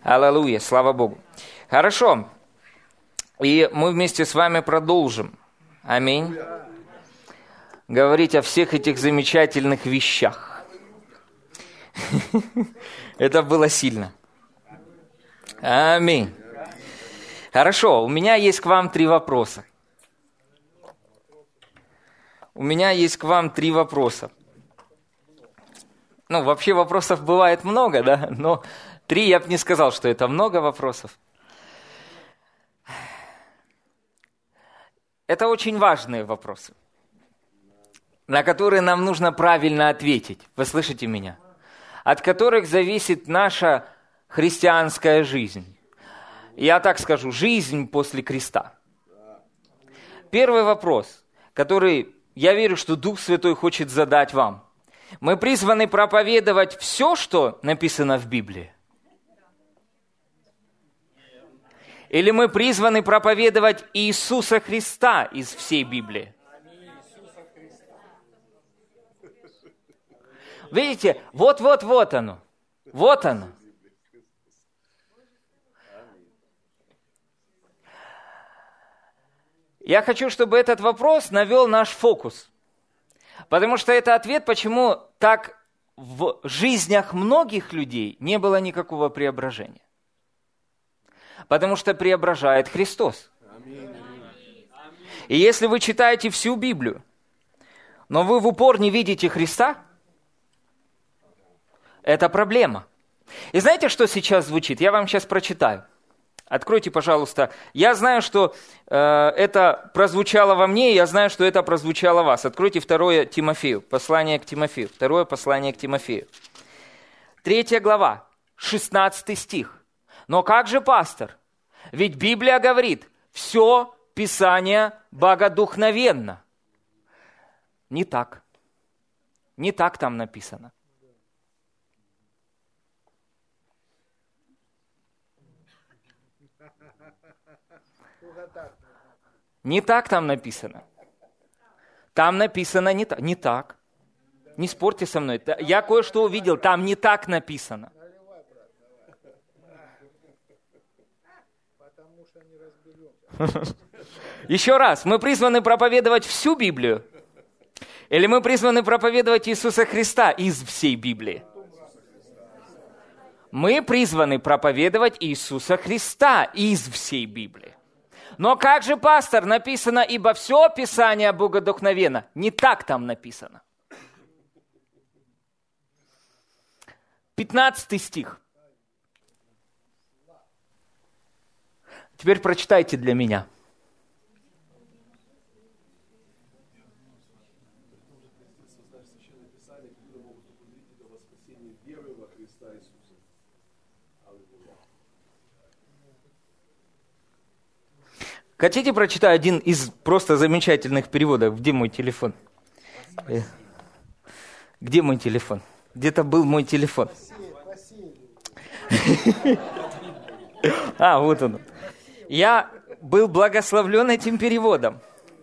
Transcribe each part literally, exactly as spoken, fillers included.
Аллилуйя, слава Богу. Хорошо. И мы вместе с вами продолжим. Аминь. Говорить о всех этих замечательных вещах. Это было сильно. Аминь. Хорошо, у меня есть к вам три вопроса. У меня есть к вам три вопроса. Ну, вообще вопросов бывает много, да, но три я бы не сказал, что это много вопросов. Это очень важные вопросы, на которые нам нужно правильно ответить. Вы слышите меня? От которых зависит наша христианская жизнь. Я так скажу, жизнь после креста. Первый вопрос, который, я верю, что Дух Святой хочет задать вам. Мы призваны проповедовать все, что написано в Библии? Или мы призваны проповедовать Иисуса Христа из всей Библии? Видите, вот-вот-вот оно. Вот оно. Я хочу, чтобы этот вопрос навел наш фокус. Потому что это ответ, почему так в жизнях многих людей не было никакого преображения. Потому что преображает Христос. И если вы читаете всю Библию, но вы в упор не видите Христа, это проблема. И знаете, что сейчас звучит? Я вам сейчас прочитаю. Откройте, пожалуйста. Я знаю, что э, это прозвучало во мне, и я знаю, что это прозвучало в вас. Откройте второе Тимофею, послание к Тимофею. Второе послание к Тимофею. Третья глава, шестнадцатый стих. Но как же, пастор? Ведь Библия говорит, все Писание богодухновенно. Не так. Не так там написано. Не так там написано. Там написано не так. Не так. Не спорьте со мной. Я кое-что увидел. Там не так написано. Еще раз. Мы призваны проповедовать всю Библию? Или мы призваны проповедовать Иисуса Христа из всей Библии? Мы призваны проповедовать Иисуса Христа из всей Библии. Но как же, пастор, написано, ибо все Писание богодухновенно? Не так там написано. пятнадцатый стих. Теперь прочитайте для меня. Хотите прочитать один из просто замечательных переводов? Где мой телефон? Где мой телефон? Где-то был мой телефон. А, вот он. Я был благословлен этим переводом.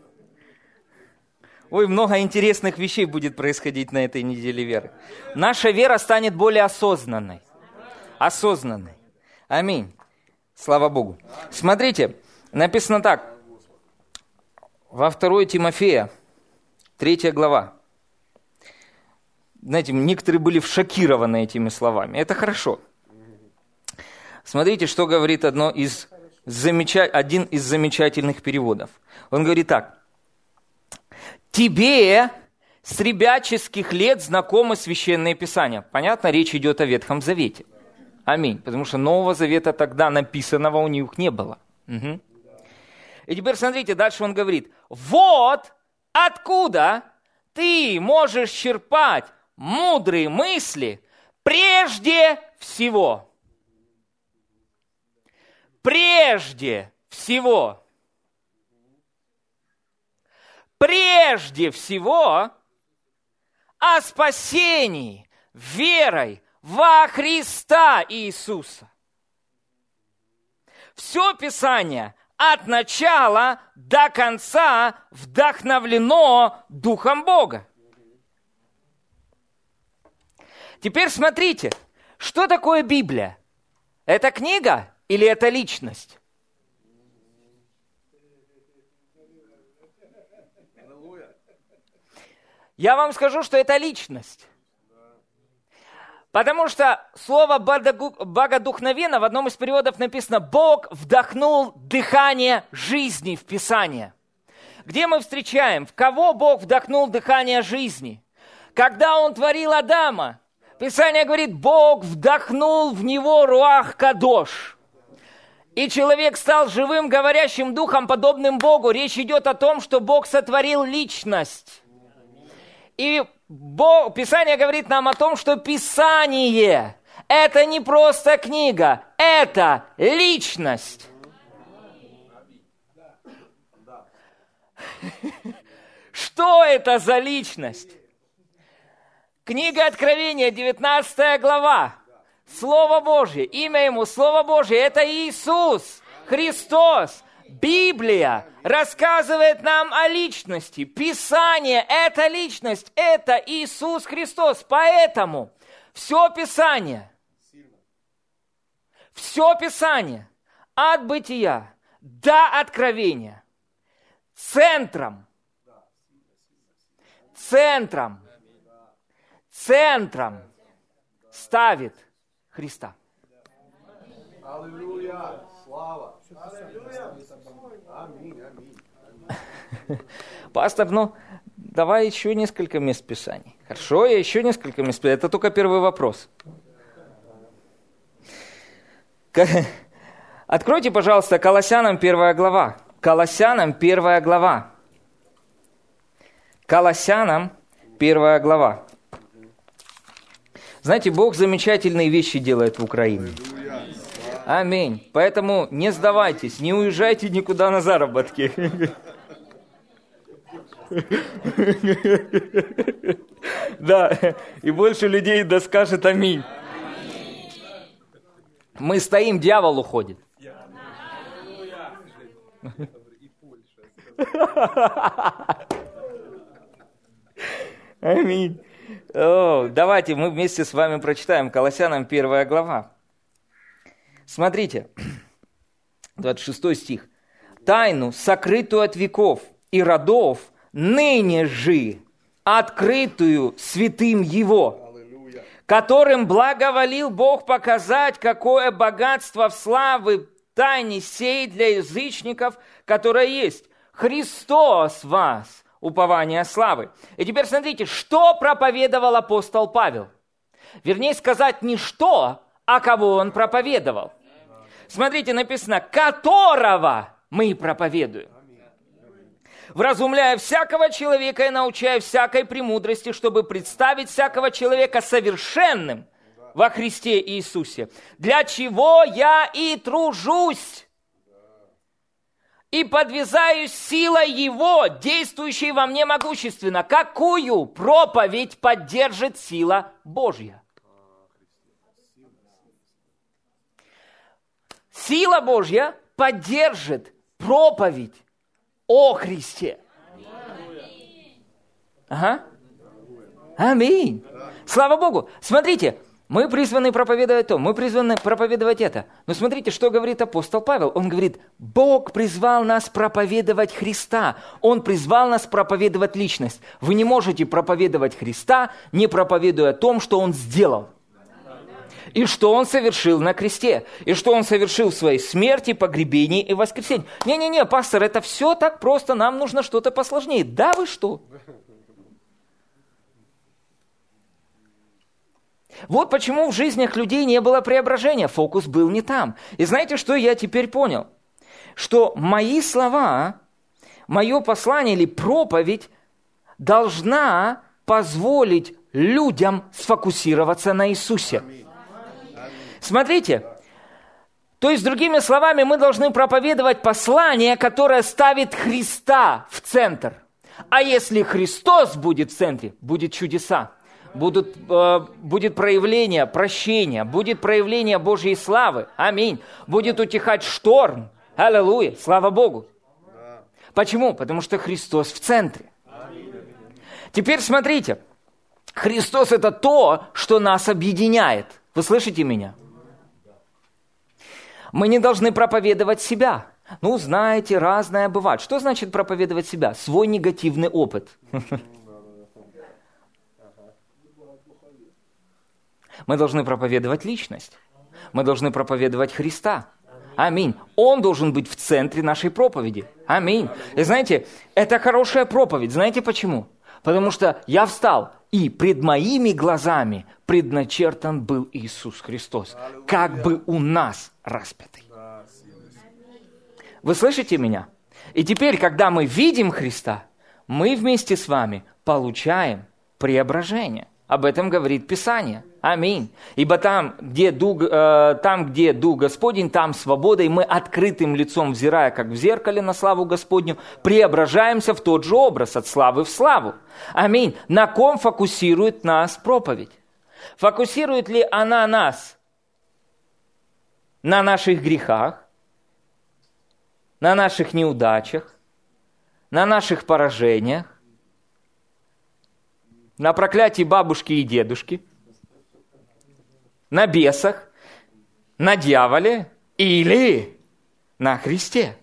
Ой, много интересных вещей будет происходить на этой неделе веры. Наша вера станет более осознанной. Осознанной. Аминь. Слава Богу. Смотрите. Написано так, во второе Тимофея, третья глава. Знаете, некоторые были шокированы этими словами. Это хорошо. Смотрите, что говорит одно из замеча... один из замечательных переводов. Он говорит так. «Тебе с ребяческих лет знакомы Священные Писания». Понятно, речь идет о Ветхом Завете. Аминь. Потому что Нового Завета тогда написанного у них не было. Угу. И теперь смотрите, дальше он говорит, вот откуда ты можешь черпать мудрые мысли прежде всего. Прежде всего. Прежде всего о спасении верой во Христа Иисуса. Все Писание от начала до конца вдохновлено Духом Бога. Теперь смотрите, что такое Библия? Это книга или это личность? Я вам скажу, что это личность. Потому что слово «богодухновенно» в одном из переводов написано «Бог вдохнул дыхание жизни» в Писание. Где мы встречаем? В кого Бог вдохнул дыхание жизни? Когда Он творил Адама, Писание говорит, Бог вдохнул в него руах кадош. И человек стал живым, говорящим духом, подобным Богу. Речь идет о том, что Бог сотворил личность. И Бог, Писание говорит нам о том, что Писание – это не просто книга, это личность. Что это за личность? Книга Откровения, девятнадцатая глава. Слово Божье, имя Ему, Слово Божье – это Иисус Христос. Библия рассказывает нам о личности. Писание – это личность, это Иисус Христос. Поэтому все Писание, все Писание от Бытия до Откровения центром, центром, центром ставит Христа. Аллилуйя! Слава! Аминь, аминь. Пастор, ну, давай еще несколько мест Писаний. Хорошо, я еще несколько мест Писаний. Это только первый вопрос. Откройте, пожалуйста, Колоссянам первая глава. Колоссянам первая глава. Колоссянам первая глава. Знаете, Бог замечательные вещи делает в Украине. Аминь. Поэтому не сдавайтесь, не уезжайте никуда на заработки. Да, и больше людей да скажет аминь. Мы стоим, дьявол уходит. Аминь. О, давайте мы вместе с вами прочитаем Колоссянам первая глава. Смотрите, двадцать шестой стих. «Тайну, сокрытую от веков и родов, ныне же открытую святым Его, которым благоволил Бог показать, какое богатство в славы тайне сей для язычников, которое есть Христос в вас, упование славы». И теперь смотрите, что проповедовал апостол Павел. Вернее сказать, не что, а кого он проповедовал. Смотрите, написано, которого мы проповедуем. Вразумляя всякого человека и научая всякой премудрости, чтобы представить всякого человека совершенным во Христе Иисусе. Для чего я и тружусь, и подвязаюсь силой Его, действующей во мне могущественно. Какую проповедь поддержит сила Божья? Сила Божья поддержит проповедь о Христе. Ага. Аминь. Слава Богу. Смотрите, мы призваны проповедовать то, мы призваны проповедовать это. Но смотрите, что говорит апостол Павел. Он говорит, Бог призвал нас проповедовать Христа. Он призвал нас проповедовать личность. Вы не можете проповедовать Христа, не проповедуя о том, что Он сделал. И что Он совершил на кресте. И что Он совершил в своей смерти, погребении и воскресении. Не-не-не, пастор, это все так просто, нам нужно что-то посложнее. Да вы что? Вот почему в жизнях людей не было преображения. Фокус был не там. И знаете, что я теперь понял? Что мои слова, мое послание или проповедь должна позволить людям сфокусироваться на Иисусе. Смотрите, то есть, другими словами, мы должны проповедовать послание, которое ставит Христа в центр. А если Христос будет в центре, будет чудеса, будут, э, будет проявление прощения, будет проявление Божьей славы. Аминь. Будет утихать шторм. Аллилуйя. Слава Богу. Почему? Потому что Христос в центре. Теперь смотрите. Христос – это то, что нас объединяет. Вы слышите меня? Мы не должны проповедовать себя. Ну, знаете, разное бывает. Что значит проповедовать себя? Свой негативный опыт. Мы должны проповедовать личность. Мы должны проповедовать Христа. Аминь. Он должен быть в центре нашей проповеди. Аминь. И знаете, это хорошая проповедь. Знаете почему? Потому что я встал, и пред моими глазами предначертан был Иисус Христос, как бы у нас распятый. Вы слышите меня? И теперь, когда мы видим Христа, мы вместе с вами получаем преображение. Об этом говорит Писание. Аминь. Ибо там, где Дух, э, там, где Дух Господень, там свобода, и мы открытым лицом, взирая, как в зеркале на славу Господню, преображаемся в тот же образ, от славы в славу. Аминь. На ком фокусирует нас проповедь? Фокусирует ли она нас на наших грехах, на наших неудачах, на наших поражениях, на проклятии бабушки и дедушки, на бесах, на дьяволе или на Христе?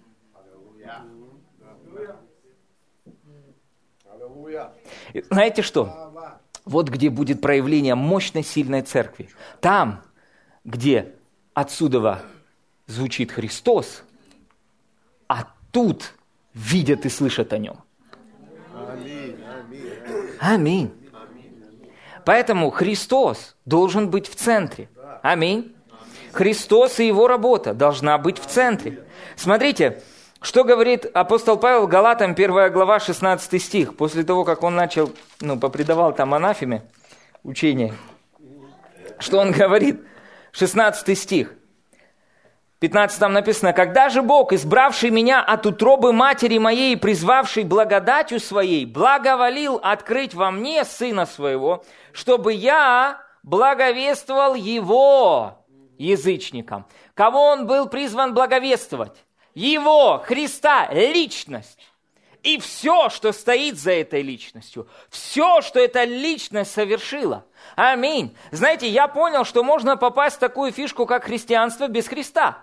Знаете что? Вот где будет проявление мощной, сильной церкви. Там, где отсюда звучит Христос, а тут видят и слышат о нем. Аминь. Поэтому Христос должен быть в центре. Аминь. Христос и Его работа должна быть в центре. Смотрите, что говорит апостол Павел Галатам, первая глава, шестнадцатый стих. После того, как он начал, ну, попредавал там анафеме учение. Что он говорит? шестнадцатый стих. В пятнадцатом написано: «Когда же Бог, избравший меня от утробы матери моей и призвавший благодатью своей, благоволил открыть во мне Сына Своего, чтобы я благовествовал Его язычникам». Кого Он был призван благовествовать? Его, Христа, личность. И все, что стоит за этой личностью. Все, что эта личность совершила. Аминь. Знаете, я понял, что можно попасть в такую фишку, как христианство без Христа.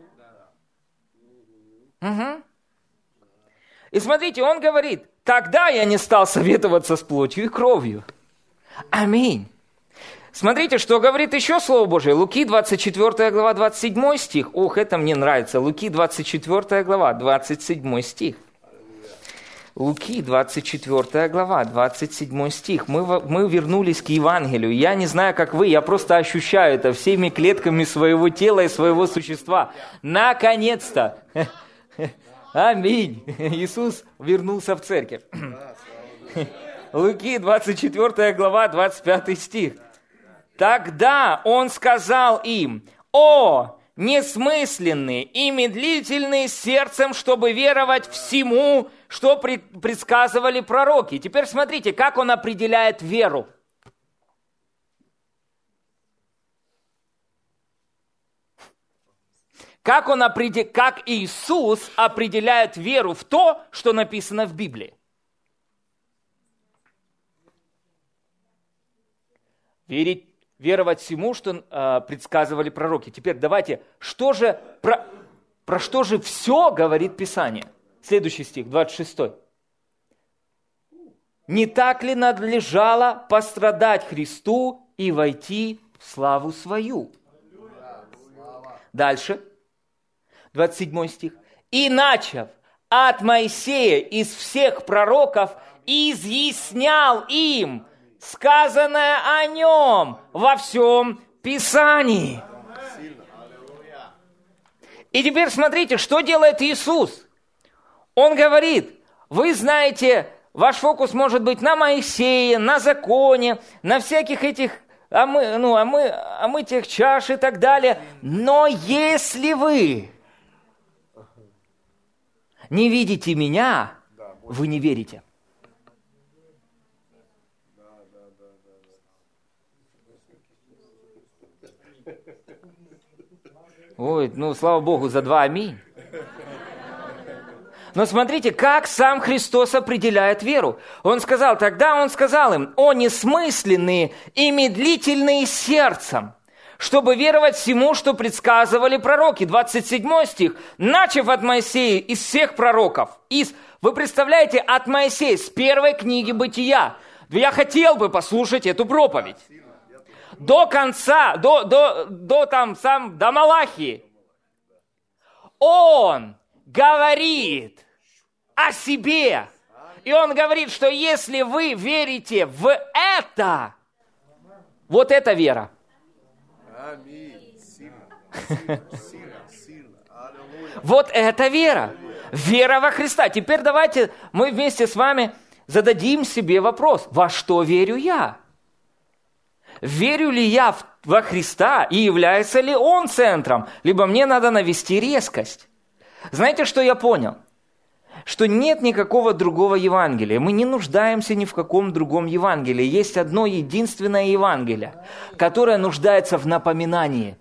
Угу. И смотрите, он говорит: тогда я не стал советоваться с плотью и кровью. Аминь. Смотрите, что говорит еще Слово Божие. Луки, двадцать четвёртая глава, двадцать седьмой стих. Ох, это мне нравится. Луки, двадцать четвёртая глава, двадцать седьмой стих. Луки, двадцать четвёртая глава, двадцать седьмой стих. Мы, мы вернулись к Евангелию. Я не знаю, как вы, я просто ощущаю это всеми клетками своего тела и своего существа. Наконец-то! Аминь! Иисус вернулся в церковь. Луки, двадцать четвёртая глава, двадцать пятый стих. Тогда Он сказал им: «О, несмысленные и медлительные сердцем, чтобы веровать всему, что предсказывали пророки». Теперь смотрите, как Он определяет веру. Как, он определ... как Иисус определяет веру в то, что написано в Библии. Верить, веровать всему, что э, предсказывали пророки. Теперь давайте, что же, про, про что же все говорит Писание? Следующий стих, двадцать шестой. «Не так ли надлежало пострадать Христу и войти в славу свою?» Дальше, двадцать седьмой стих. «И начав от Моисея из всех пророков, изъяснял им сказанное о нем во всем Писании». И теперь смотрите, что делает Иисус. Он говорит: вы знаете, ваш фокус может быть на Моисее, на законе, на всяких этих омы, ну, омы, омытиях чаш и так далее. Но если вы не видите меня, вы не верите. Ой, ну, слава Богу, за два аминь. Но смотрите, как сам Христос определяет веру. Он сказал, тогда Он сказал им: «О, несмысленные и медлительные сердцем, чтобы веровать всему, что предсказывали пророки. двадцать седьмой стих. Начав от Моисея из всех пророков. Из, вы представляете, от Моисея, с первой книги Бытия. Я хотел бы послушать эту проповедь. До конца, до, до, до, там, сам, до Малахии. Он говорит о себе. И он говорит, что если вы верите в это, вот это вера. Вот это вера. Вера во Христа. Теперь давайте мы вместе с вами зададим себе вопрос. Во что верю я? Верю ли я в, во Христа и является ли Он центром? Либо мне надо навести резкость. Знаете, что я понял? Что нет никакого другого Евангелия. Мы не нуждаемся ни в каком другом Евангелии. Есть одно единственное Евангелие, которое нуждается в напоминании.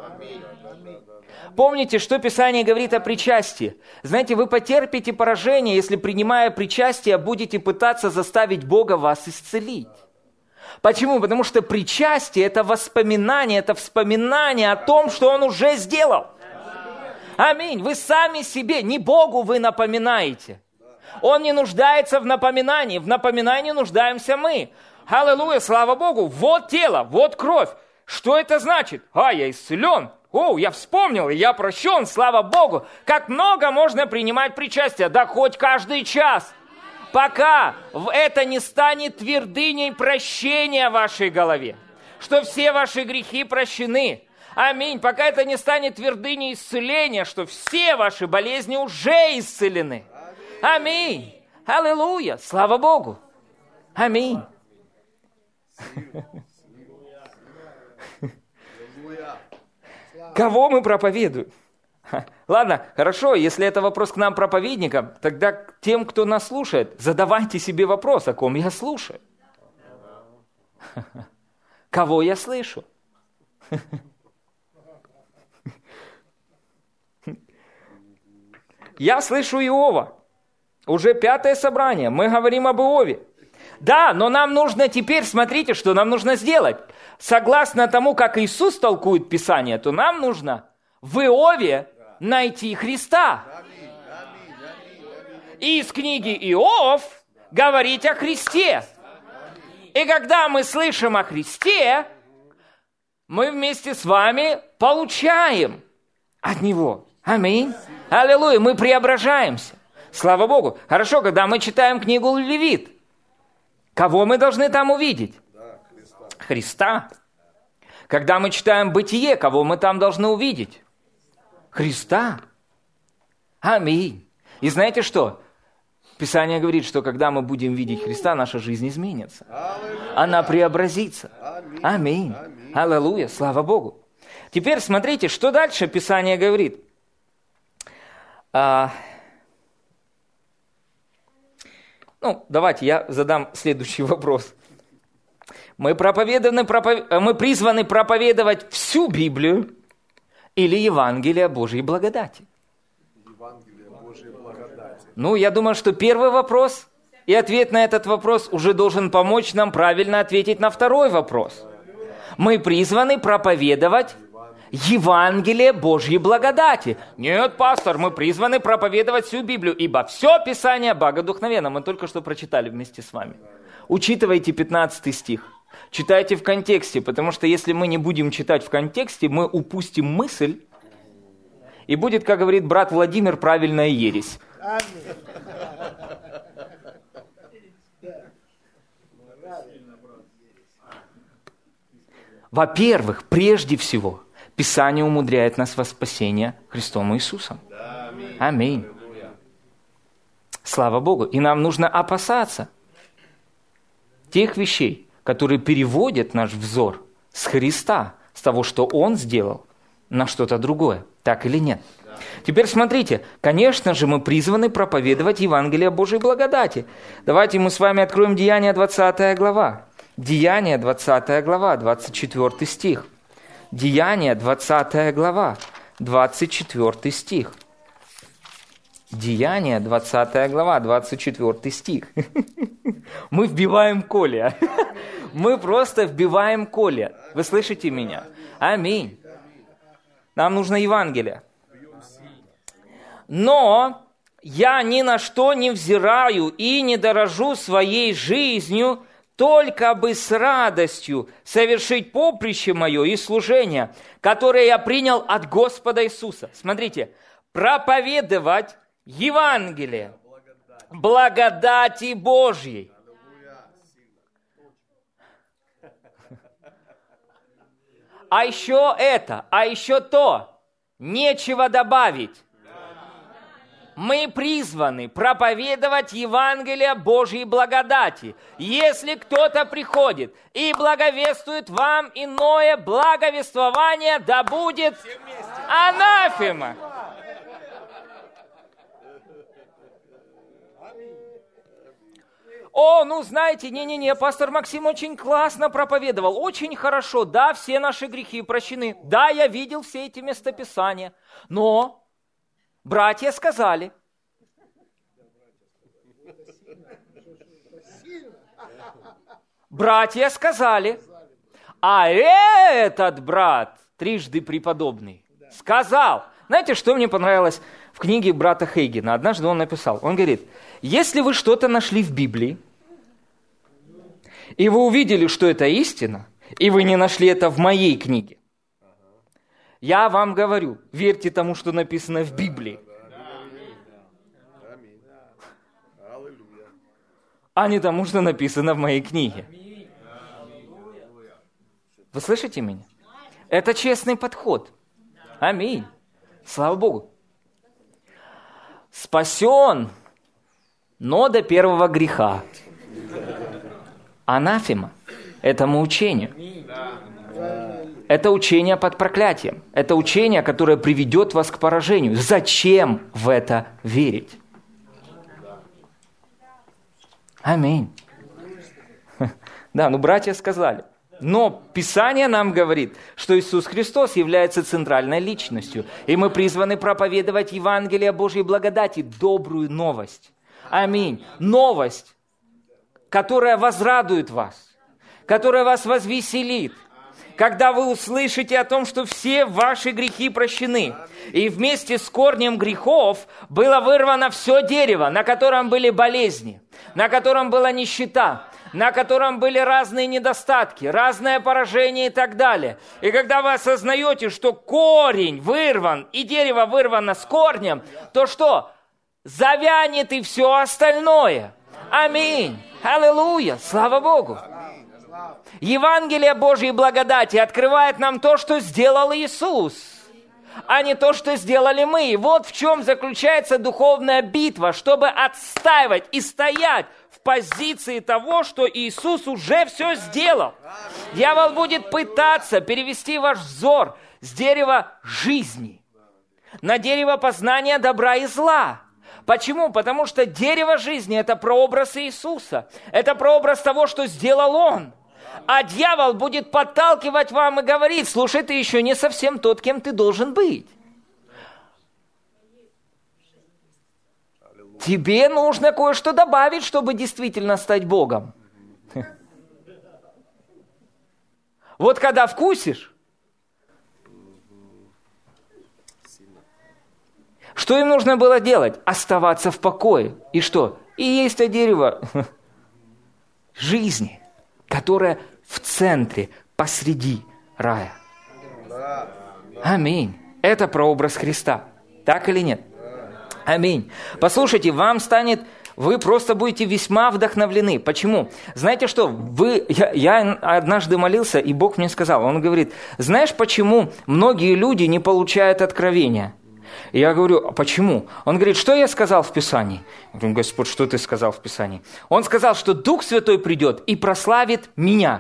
Помните, что Писание говорит о причастии? Знаете, вы потерпите поражение, если, принимая причастие, будете пытаться заставить Бога вас исцелить. Почему? Потому что причастие – это воспоминание, это вспоминание о том, что Он уже сделал. Аминь. Вы сами себе, не Богу вы напоминаете. Он не нуждается в напоминании. В напоминании нуждаемся мы. Аллилуйя, слава Богу. Вот тело, вот кровь. Что это значит? А, я исцелен. О, я вспомнил, я прощен, слава Богу. Как много можно принимать причастие? Да хоть каждый час. Пока это не станет твердыней прощения в вашей голове. Что все ваши грехи прощены. Аминь. Пока это не станет твердыней исцеления, что все ваши болезни уже исцелены. Аминь. Аллилуйя. Слава Богу. Аминь. Кого мы проповедуем? Ладно, хорошо, если это вопрос к нам, проповедникам, тогда к тем, кто нас слушает, задавайте себе вопрос, о ком я слушаю. Кого я слышу? Я слышу Иова. Уже пятое собрание. Мы говорим об Иове. Да, но нам нужно теперь, смотрите, что нам нужно сделать. Согласно тому, как Иисус толкует Писание, то нам нужно в Иове найти Христа. И из книги Иов говорить о Христе. И когда мы слышим о Христе, мы вместе с вами получаем от Него. Аминь. Аллилуйя. Мы преображаемся. Слава Богу. Хорошо, когда мы читаем книгу Левит. Кого мы должны там увидеть? Христа. Когда мы читаем Бытие, кого мы там должны увидеть? Христа. Аминь. И знаете что? Писание говорит, что когда мы будем видеть Христа, наша жизнь изменится. Она преобразится. Аминь. Аллилуйя. Слава Богу. Теперь смотрите, что дальше Писание говорит. А... Ну, давайте я задам следующий вопрос. Мы, проповеданы, пропов... мы призваны проповедовать всю Библию или Евангелие Божьей благодати? Евангелие Божьей благодати. Ну, я думаю, что первый вопрос и ответ на этот вопрос уже должен помочь нам правильно ответить на второй вопрос. Мы призваны проповедовать Евангелие Божьей благодати. Нет, пастор, мы призваны проповедовать всю Библию, ибо все Писание богодухновенно. Мы только что прочитали вместе с вами. Учитывайте пятнадцатый стих. Читайте в контексте, потому что если мы не будем читать в контексте, мы упустим мысль, и будет, как говорит брат Владимир, правильная ересь. Во-первых, прежде всего, Писание умудряет нас во спасение Христом Иисусом. Аминь. Слава Богу. И нам нужно опасаться тех вещей, которые переводят наш взор с Христа, с того, что Он сделал, на что-то другое. Так или нет? Теперь смотрите, конечно же, мы призваны проповедовать Евангелие Божьей благодати. Давайте мы с вами откроем Деяния двадцатая глава. Деяния двадцатая глава, двадцать четвёртый стих. Деяния двадцатая глава, двадцать четвёртый стих. Деяния двадцатая глава, двадцать четвёртый стих. Мы вбиваем Коля. Мы просто вбиваем Коля. Вы слышите меня? Аминь. Нам нужно Евангелие. Но я ни на что не взираю и не дорожу своей жизнью, только бы с радостью совершить поприще мое и служение, которое я принял от Господа Иисуса. Смотрите, проповедовать Евангелие, благодати Божьей. А еще это, а еще то, нечего добавить. Мы призваны проповедовать Евангелие Божьей благодати. Если кто-то приходит и благовествует вам иное благовествование, да будет анафема. О, ну знаете, не-не-не, пастор Максим очень классно проповедовал, очень хорошо, да, все наши грехи прощены, да, я видел все эти местописания, но братья сказали, братья сказали, а этот брат, трижды преподобный, сказал, знаете, что мне понравилось в книге брата Хейгена, однажды он написал, он говорит, если вы что-то нашли в Библии, и вы увидели, что это истина, и вы не нашли это в моей книге, я вам говорю, верьте тому, что написано в Библии, а не тому, что написано в моей книге. Вы слышите меня? Это честный подход. Аминь. Слава Богу. Спасен, но до первого греха. Анафема этому учению. Это учение под проклятием. Это учение, которое приведет вас к поражению. Зачем в это верить? Аминь. Да, ну братья сказали. Но Писание нам говорит, что Иисус Христос является центральной личностью. И мы призваны проповедовать Евангелие Божьей благодати, добрую новость. Аминь. Новость, которая возрадует вас, которая вас возвеселит. Когда вы услышите о том, что все ваши грехи прощены, и вместе с корнем грехов было вырвано все дерево, на котором были болезни, на котором была нищета, на котором были разные недостатки, разное поражение и так далее. И когда вы осознаете, что корень вырван, и дерево вырвано с корнем, то что? Завянет и все остальное. Аминь. Аллилуйя. Слава Богу. Евангелие Божьей благодати открывает нам то, что сделал Иисус, а не то, что сделали мы. И вот в чем заключается духовная битва, чтобы отстаивать и стоять в позиции того, что Иисус уже все сделал. Дьявол будет пытаться перевести ваш взор с дерева жизни на дерево познания добра и зла. Почему? Потому что дерево жизни – это прообраз Иисуса. Это прообраз того, что сделал Он. А дьявол будет подталкивать вам и говорить, слушай, ты еще не совсем тот, кем ты должен быть. Тебе нужно кое-что добавить, чтобы действительно стать Богом. Вот когда вкусишь, что им нужно было делать? Оставаться в покое. И что? И есть то дерево жизни, которое в центре, посреди рая. Аминь. Это прообраз Христа. Так или нет? Аминь. Послушайте, вам станет, вы просто будете весьма вдохновлены. Почему? Знаете что? Вы, я, я однажды молился, и Бог мне сказал, Он говорит, знаешь, почему многие люди не получают откровения? И я говорю, а почему? Он говорит, что я сказал в Писании? Я говорю, Господь, что ты сказал в Писании? Он сказал, что Дух Святой придет и прославит меня.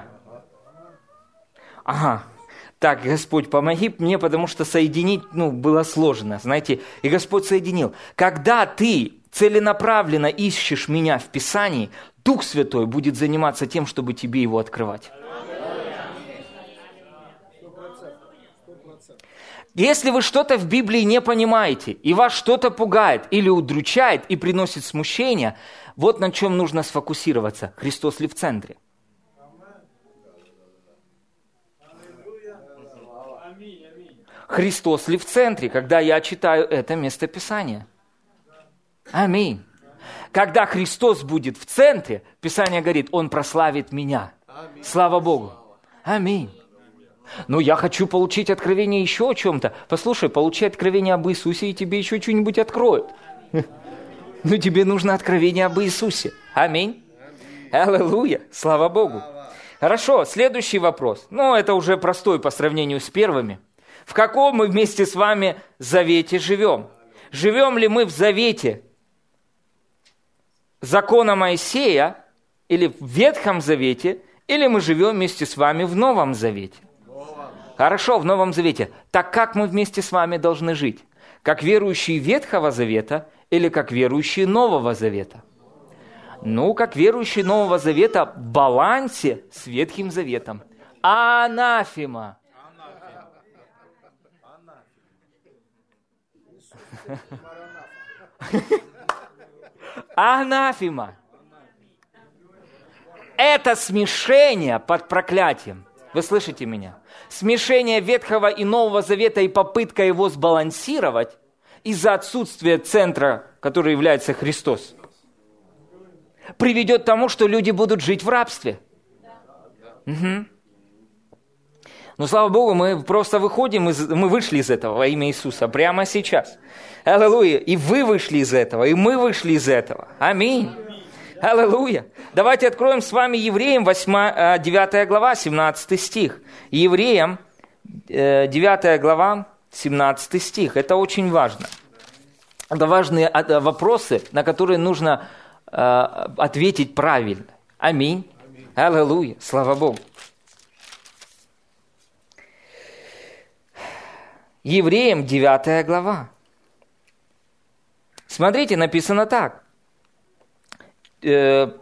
Ага. Так, Господь, помоги мне, потому что соединить, ну, было сложно, знаете. И Господь соединил. Когда ты целенаправленно ищешь меня в Писании, Дух Святой будет заниматься тем, чтобы тебе его открывать. Если вы что-то в Библии не понимаете, и вас что-то пугает или удручает и приносит смущение, вот на чем нужно сфокусироваться. Христос ли в центре? Христос ли в центре, когда я читаю это местописание? Аминь. Когда Христос будет в центре, Писание говорит, Он прославит меня. Слава Богу. Аминь. Но я хочу получить откровение еще о чем-то. Послушай, получи откровение об Иисусе, и тебе еще что-нибудь откроют. Но тебе нужно откровение об Иисусе. Аминь. Аллилуйя. Слава Богу. Хорошо, следующий вопрос. Ну, это уже простой по сравнению с первыми. В каком мы вместе с вами завете живем? Живем ли мы в завете закона Моисея или в Ветхом Завете, или мы живем вместе с вами в Новом Завете? Хорошо, в Новом Завете. Так как мы вместе с вами должны жить? Как верующие Ветхого Завета или как верующие Нового Завета? Ну, как верующие Нового Завета в балансе с Ветхим Заветом. Анафема. Анафема. Это смешение под проклятием. Вы слышите меня? Смешение Ветхого и Нового Завета и попытка его сбалансировать из-за отсутствия центра, который является Христос, приведет к тому, что люди будут жить в рабстве. Угу. Но, слава Богу, мы просто выходим, из, мы вышли из этого во имя Иисуса прямо сейчас. Аллилуйя. И вы вышли из этого, и мы вышли из этого. Аминь. Аллилуйя. Давайте откроем с вами Евреям восьмая, девятая глава, семнадцатый стих. Евреям девятая глава, семнадцатый стих. Это очень важно. Это важные вопросы, на которые нужно ответить правильно. Аминь. Аминь. Аллилуйя. Слава Богу. Евреям девятая глава. Смотрите, написано так. Э,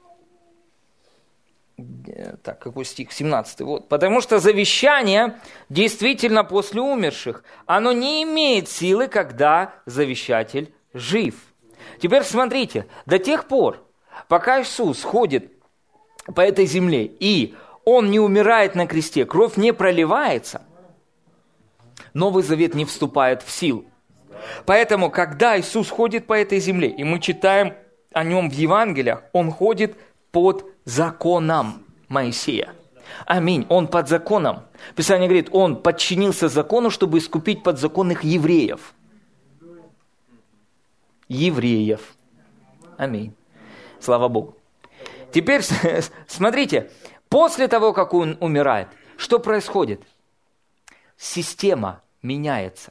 так, какой стих? семнадцатый. Вот. Потому что завещание действительно после умерших. Оно не имеет силы, когда завещатель жив. Теперь смотрите, до тех пор, пока Иисус ходит по этой земле, и Он не умирает на кресте, кровь не проливается, Новый Завет не вступает в силу. Поэтому, когда Иисус ходит по этой земле, и мы читаем о Нем в Евангелиях, Он ходит под законом Моисея. Аминь. Он под законом. Писание говорит, Он подчинился закону, чтобы искупить подзаконных евреев. Евреев. Аминь. Слава Богу. Теперь, смотрите, после того, как Он умирает, что происходит? Система меняется.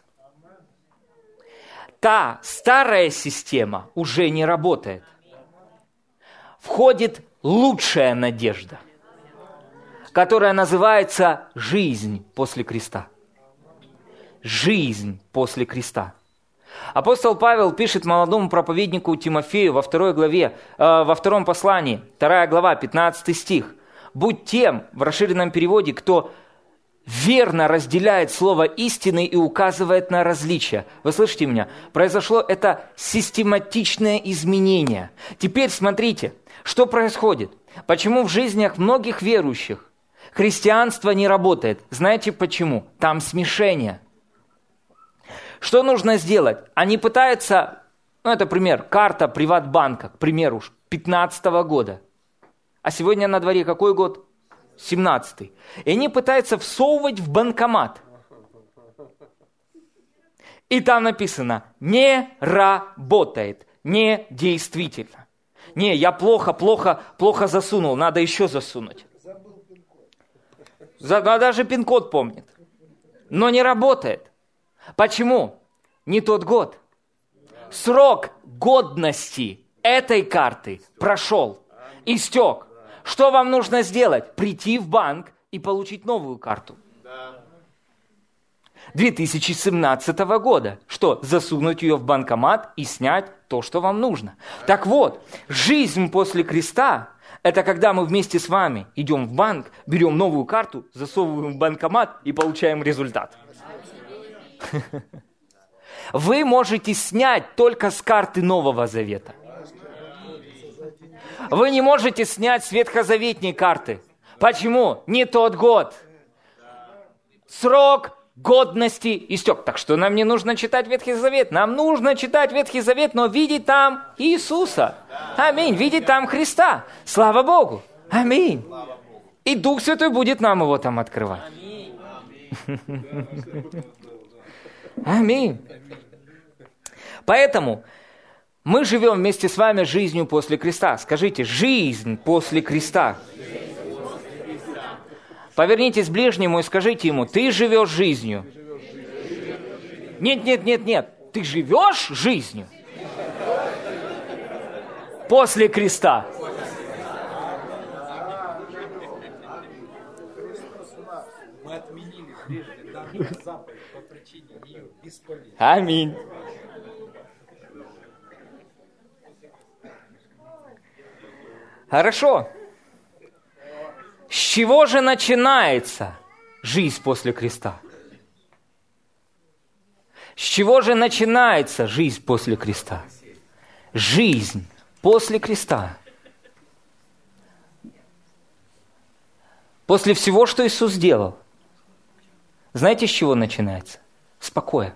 Та старая система уже не работает. Входит лучшая надежда, которая называется жизнь после креста. Жизнь после креста. Апостол Павел пишет молодому проповеднику Тимофею во второй главе, э, во втором послании, вторая глава, пятнадцатый стих. «Будь тем», в расширенном переводе, кто верно разделяет слово истины и указывает на различия. Вы слышите меня? Произошло это систематичное изменение. Теперь смотрите, что происходит. Почему в жизнях многих верующих христианство не работает? Знаете почему? Там смешение. Что нужно сделать? Они пытаются, ну это пример, карта Приватбанка, к примеру, пятнадцатого года. А сегодня на дворе какой год? семнадцатый. И они пытаются всовывать в банкомат. И там написано, не работает, не действительно. Не, я плохо, плохо, плохо засунул, надо еще засунуть. Она даже пин-код помнит. Но не работает. Почему? Не тот год. Срок годности этой карты прошел, истек. Что вам нужно сделать? Прийти в банк и получить новую карту. две тысячи семнадцатого года. Что? Засунуть ее в банкомат и снять то, что вам нужно. Так вот, жизнь после креста – это когда мы вместе с вами идем в банк, берем новую карту, засовываем в банкомат и получаем результат. Вы можете снять только с карты Нового Завета. Вы не можете снять с ветхозаветней карты. Почему? Не тот год. Срок годности истек. Так что нам не нужно читать Ветхий Завет. Нам нужно читать Ветхий Завет, но видеть там Иисуса. Аминь. Видеть там Христа. Слава Богу. Аминь. И Дух Святой будет нам его там открывать. Аминь. Поэтому мы живем вместе с вами жизнью после креста. Скажите, жизнь после креста. Повернитесь к ближнему и скажите ему, ты живешь жизнью. Нет, нет, нет, нет. Ты живешь жизнью после креста. Мы отменили прежде данную заповедь по причине ее бесполезности. Аминь. Хорошо. С чего же начинается жизнь после креста? С чего же начинается жизнь после креста? Жизнь после креста. После всего, что Иисус сделал. Знаете, с чего начинается? С покоя.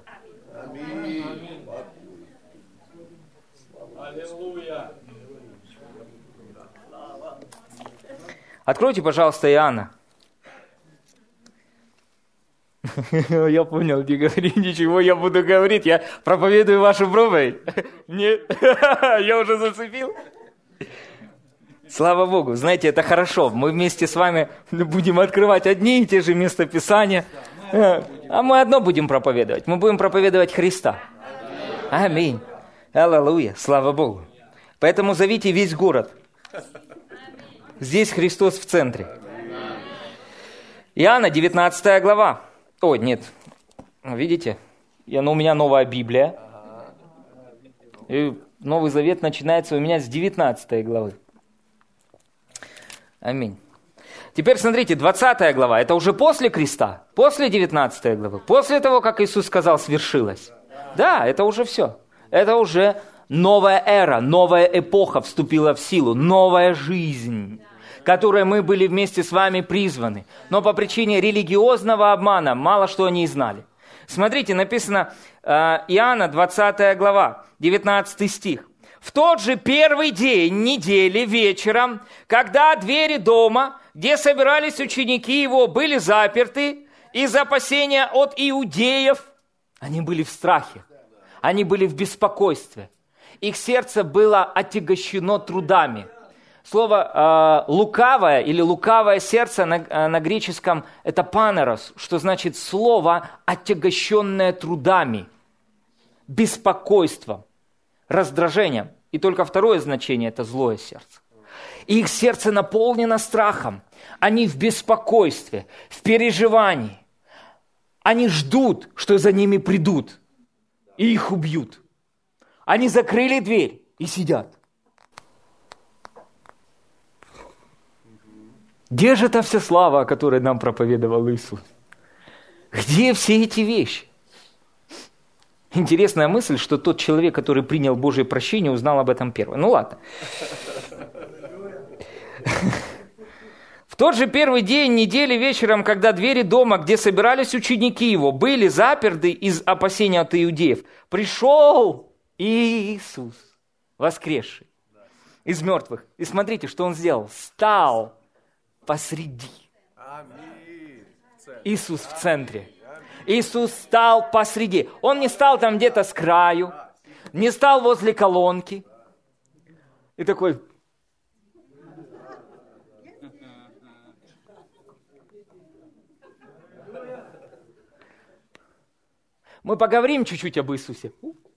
Откройте, пожалуйста, Иоанна. Я понял, не говори ничего, я буду говорить, я проповедую вашу проповедь. Нет, я уже зацепил. Слава Богу, знаете, это хорошо. Мы вместе с вами будем открывать одни и те же местописания. А мы одно будем проповедовать. Мы будем проповедовать Христа. Аминь. Аллилуйя. Слава Богу. Поэтому зовите весь город. Здесь Христос в центре. Иоанна, девятнадцатая глава. Ой, нет. Видите? Я, ну, у меня новая Библия. И Новый Завет начинается у меня с девятнадцатой главы. Аминь. Теперь смотрите, двадцатая глава. Это уже после креста. После девятнадцатой главы. После того, как Иисус сказал, свершилось. Да, это уже все. Это уже новая эра, новая эпоха вступила в силу. Новая жизнь, которой мы были вместе с вами призваны. Но по причине религиозного обмана мало что они и знали. Смотрите, написано Иоанна, двадцатая глава, девятнадцатый стих. «В тот же первый день недели вечером, когда двери дома, где собирались ученики его, были заперты из опасения от иудеев», они были в страхе, они были в беспокойстве. Их сердце было отягощено трудами. Слово э, «лукавое» или «лукавое сердце» на, э, на греческом – это «панерос», что значит слово «отягощенное трудами», беспокойством, раздражением. И только второе значение – это злое сердце. И их сердце наполнено страхом. Они в беспокойстве, в переживании. Они ждут, что за ними придут и их убьют. Они закрыли дверь и сидят. Где же та вся слава, о которой нам проповедовал Иисус? Где все эти вещи? Интересная мысль, что тот человек, который принял Божье прощение, узнал об этом первым. Ну ладно. В тот же первый день недели вечером, когда двери дома, где собирались ученики его, были заперты из опасения от иудеев, пришел Иисус, воскресший из мертвых. И смотрите, что он сделал. Стал посреди. Иисус в центре. Иисус стал посреди. Он не стал там где-то с краю, не стал возле колонки. И такой... Мы поговорим чуть-чуть об Иисусе,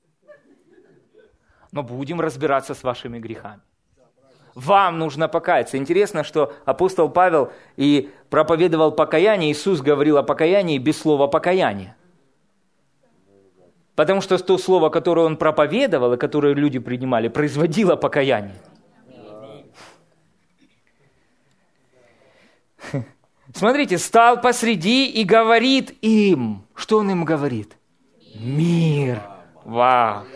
но будем разбираться с вашими грехами. Вам нужно покаяться. Интересно, что апостол Павел и проповедовал покаяние, Иисус говорил о покаянии без слова покаяние. Потому что то слово, которое он проповедовал и которое люди принимали, производило покаяние. Смотрите, стал посреди и говорит им. Что он им говорит? Мир вам.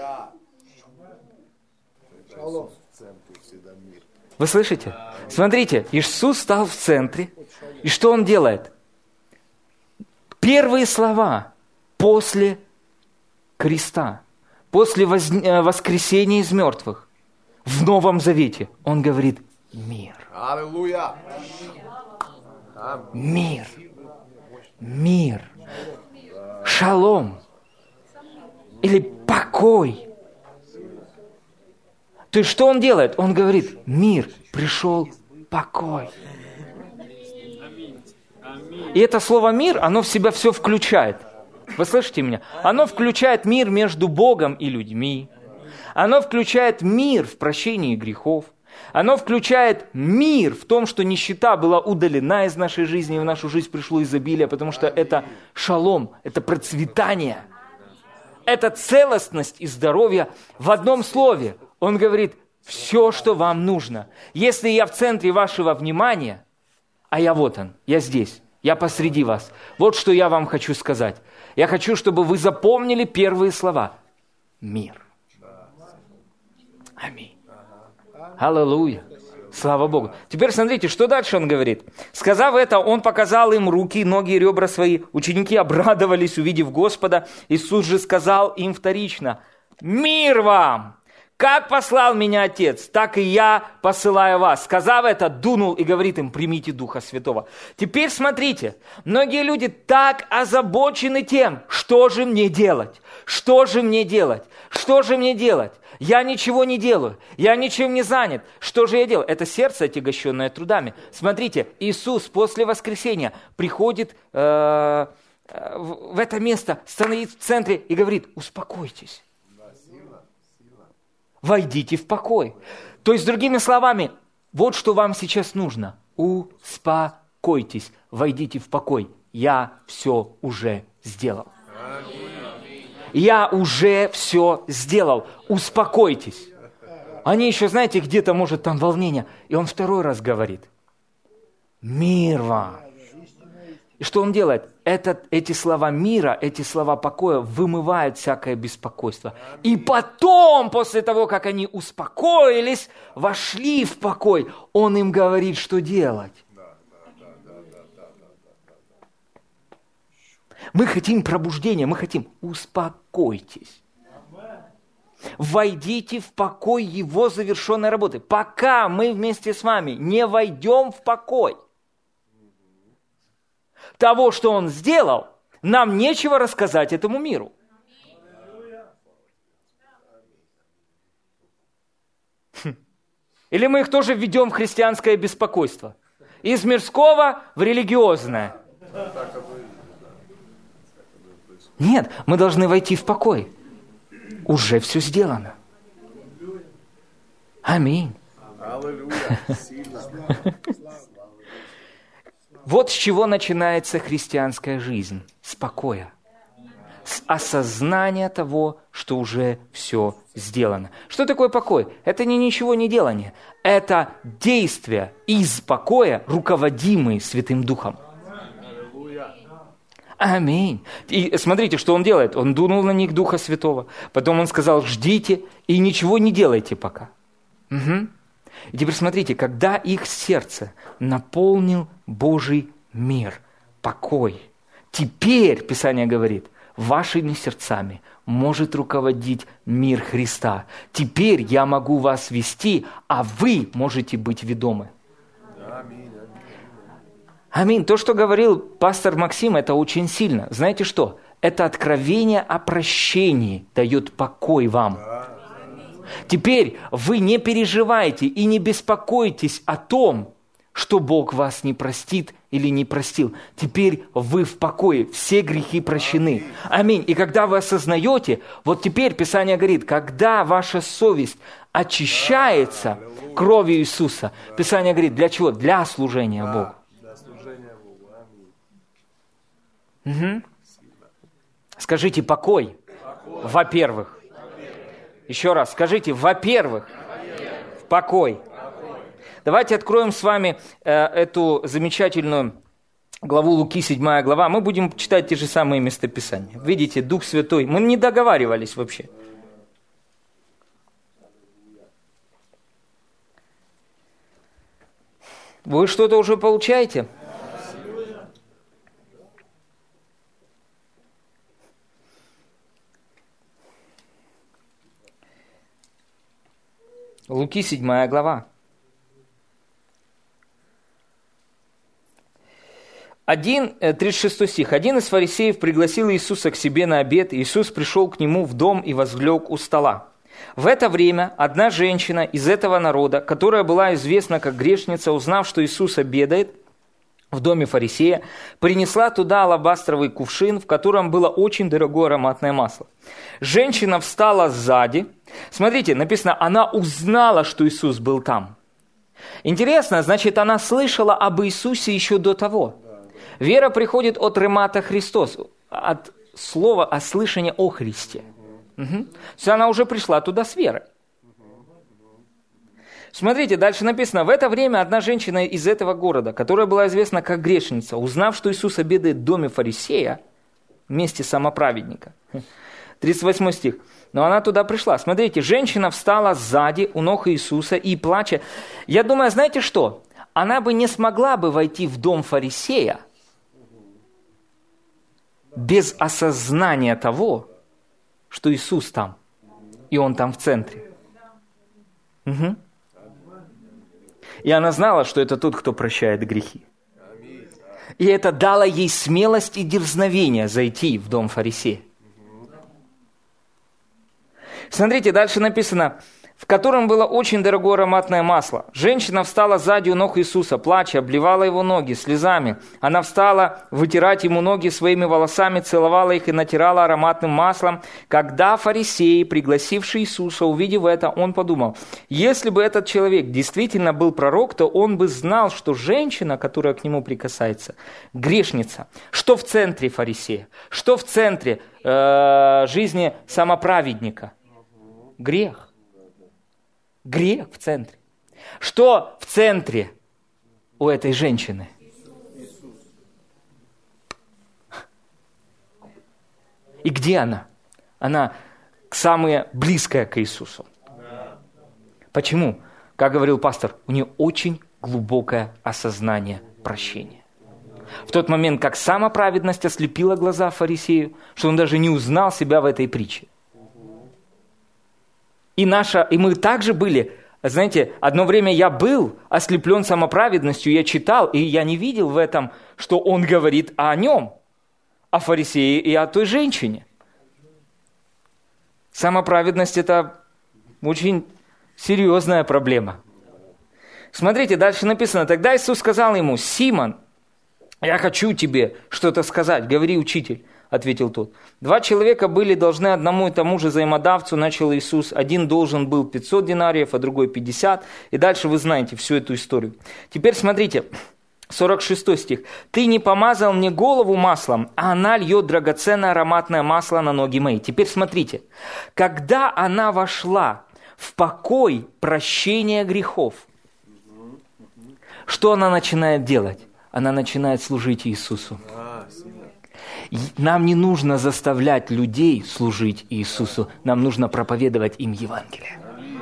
Вы слышите? Смотрите, Иисус стал в центре. И что он делает? Первые слова после креста, после воз... воскресения из мертвых в Новом Завете, он говорит «мир». Аллилуйя. Мир. Мир. Шалом. Или покой. То есть, что он делает? Он говорит, мир, пришел покой. И это слово «мир», оно в себя все включает. Вы слышите меня? Оно включает мир между Богом и людьми. Оно включает мир в прощении грехов. Оно включает мир в том, что нищета была удалена из нашей жизни, и в нашу жизнь пришло изобилие, потому что это шалом, это процветание, это целостность и здоровье в одном слове. Он говорит, все, что вам нужно. Если я в центре вашего внимания, а я вот он, я здесь, я посреди вас. Вот что я вам хочу сказать. Я хочу, чтобы вы запомнили первые слова. Мир. Аминь. Аллилуйя. Слава Богу. Теперь смотрите, что дальше он говорит. Сказав это, он показал им руки, ноги и ребра свои. Ученики обрадовались, увидев Господа. Иисус же сказал им вторично, «Мир вам! Как послал меня Отец, так и я посылаю вас». Сказав это, дунул и говорит им, «Примите Духа Святого». Теперь смотрите, многие люди так озабочены тем, что же мне делать, что же мне делать, что же мне делать. Я ничего не делаю, я ничем не занят. Что же я делаю? Это сердце, отягощенное трудами. Смотрите, Иисус после воскресения приходит э, в, в это место, становится в центре и говорит, успокойтесь. Войдите в покой. То есть, другими словами, вот что вам сейчас нужно. Успокойтесь, войдите в покой. Я все уже сделал. Я уже все сделал. Успокойтесь. Они еще, знаете, где-то, может, там волнение. И он второй раз говорит. Мир вам. И что он делает? Этот, эти слова мира, эти слова покоя вымывают всякое беспокойство. И потом, после того, как они успокоились, вошли в покой, он им говорит, что делать. Мы хотим пробуждения, мы хотим успокойтесь. Войдите в покой Его завершенной работы. Пока мы вместе с вами не войдем в покой того, что Он сделал, нам нечего рассказать этому миру. Или мы их тоже введем в христианское беспокойство? Из мирского в религиозное. Нет, мы должны войти в покой. Уже все сделано. Аминь. Вот с чего начинается христианская жизнь. С покоя. С осознания того, что уже все сделано. Что такое покой? Это не ничего не делание. Это действия из покоя, руководимые Святым Духом. Аминь. И смотрите, что он делает. Он дунул на них Духа Святого. Потом он сказал, ждите и ничего не делайте пока. Угу. И теперь смотрите, когда их сердце наполнил Божий мир, покой, теперь, Писание говорит, вашими сердцами может руководить мир Христа. Теперь я могу вас вести, а вы можете быть ведомы. Аминь. То, что говорил пастор Максим, это очень сильно. Знаете что? Это откровение о прощении дает покой вам. Теперь вы не переживайте и не беспокойтесь о том, что Бог вас не простит или не простил. Теперь вы в покое, все грехи прощены. Аминь. И когда вы осознаете, вот теперь Писание говорит, когда ваша совесть очищается кровью Иисуса, Писание говорит, для чего? Для служения Богу. Угу. Скажите покой, покой. Во-первых. Еще раз, скажите, во-первых, в покой. покой. Давайте откроем с вами э, эту замечательную главу Луки, седьмая глава. Мы будем читать те же самые местописания. Видите, Дух Святой. Мы не договаривались вообще. Вы что-то уже получаете? Луки, седьмая глава. Один, тридцать шестой стих. «Один из фарисеев пригласил Иисуса к себе на обед. Иисус пришел к нему в дом и возлег у стола. В это время одна женщина из этого народа, которая была известна как грешница, узнав, что Иисус обедает в доме фарисея, принесла туда алабастровый кувшин, в котором было очень дорогое ароматное масло. Женщина встала сзади. Смотрите, написано, она узнала, что Иисус был там. Интересно, значит, она слышала об Иисусе еще до того. Вера приходит от ремата Христос, от слова о слышании о Христе. Угу. То есть она уже пришла туда с верой. Смотрите, дальше написано, в это время одна женщина из этого города, которая была известна как грешница, узнав, что Иисус обедает в доме фарисея, вместе самоправедника. тридцать восьмой стих. Но она туда пришла. Смотрите, женщина встала сзади у ног Иисуса и плача. Я думаю, знаете что? Она бы не смогла бы войти в дом фарисея без осознания того, что Иисус там, и Он там в центре. Угу. И она знала, что это тот, кто прощает грехи. И это дало ей смелость и дерзновение зайти в дом фарисея. Смотрите, дальше написано, в котором было очень дорогое ароматное масло. Женщина встала сзади у ног Иисуса, плача, обливала его ноги слезами. Она встала вытирать ему ноги своими волосами, целовала их и натирала ароматным маслом. Когда фарисеи, пригласившие Иисуса, увидев это, он подумал, если бы этот человек действительно был пророк, то он бы знал, что женщина, которая к нему прикасается, грешница. Что в центре фарисея? Что в центре э, жизни самоправедника? Грех. Грех в центре. Что в центре у этой женщины? И где она? Она самая близкая к Иисусу. Почему? Как говорил пастор, у нее очень глубокое осознание прощения. В тот момент, как самоправедность ослепила глаза фарисею, что он даже не узнал себя в этой притче. И, наша, и мы также были, знаете, одно время я был ослеплен самоправедностью, я читал, и я не видел в этом, что он говорит о нем, о фарисее и о той женщине. Самоправедность – это очень серьезная проблема. Смотрите, дальше написано, тогда Иисус сказал ему, «Симон, я хочу тебе что-то сказать, говори, учитель». Ответил тот. Два человека были должны одному и тому же взаимодавцу, начал Иисус. Один должен был пятьсот динариев, а другой пятьдесят. И дальше вы знаете всю эту историю. Теперь смотрите, сорок шестой стих. «Ты не помазал мне голову маслом, а она льет драгоценное ароматное масло на ноги мои». Теперь смотрите. Когда она вошла в покой прощения грехов, что она начинает делать? Она начинает служить Иисусу. Нам не нужно заставлять людей служить Иисусу, нам нужно проповедовать им Евангелие.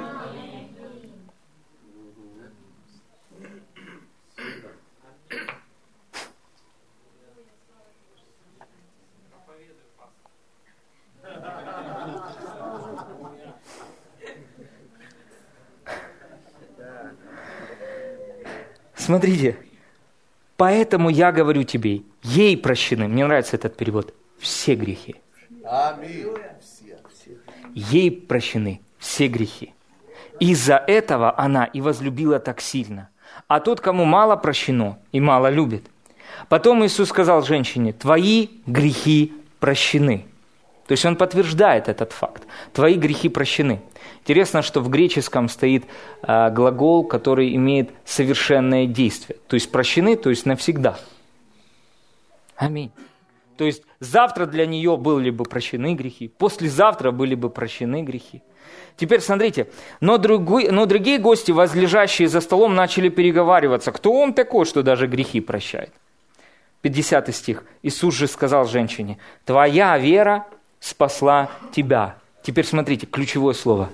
Смотрите, поэтому я говорю тебе, ей прощены, мне нравится этот перевод, все грехи. Аминь. Ей прощены все грехи. Из-за этого она и возлюбила так сильно. А тот, кому мало прощено и мало любит. Потом Иисус сказал женщине, твои грехи прощены. То есть он подтверждает этот факт. Твои грехи прощены. Интересно, что в греческом стоит э, глагол, который имеет совершенное действие. То есть прощены, то есть навсегда. Аминь. То есть завтра для нее были бы прощены грехи, послезавтра были бы прощены грехи. Теперь смотрите, но, другой, но другие гости, возлежащие за столом, начали переговариваться. Кто он такой, что даже грехи прощает? пятидесятый стих. Иисус же сказал женщине, твоя вера спасла тебя. Теперь смотрите, ключевое слово.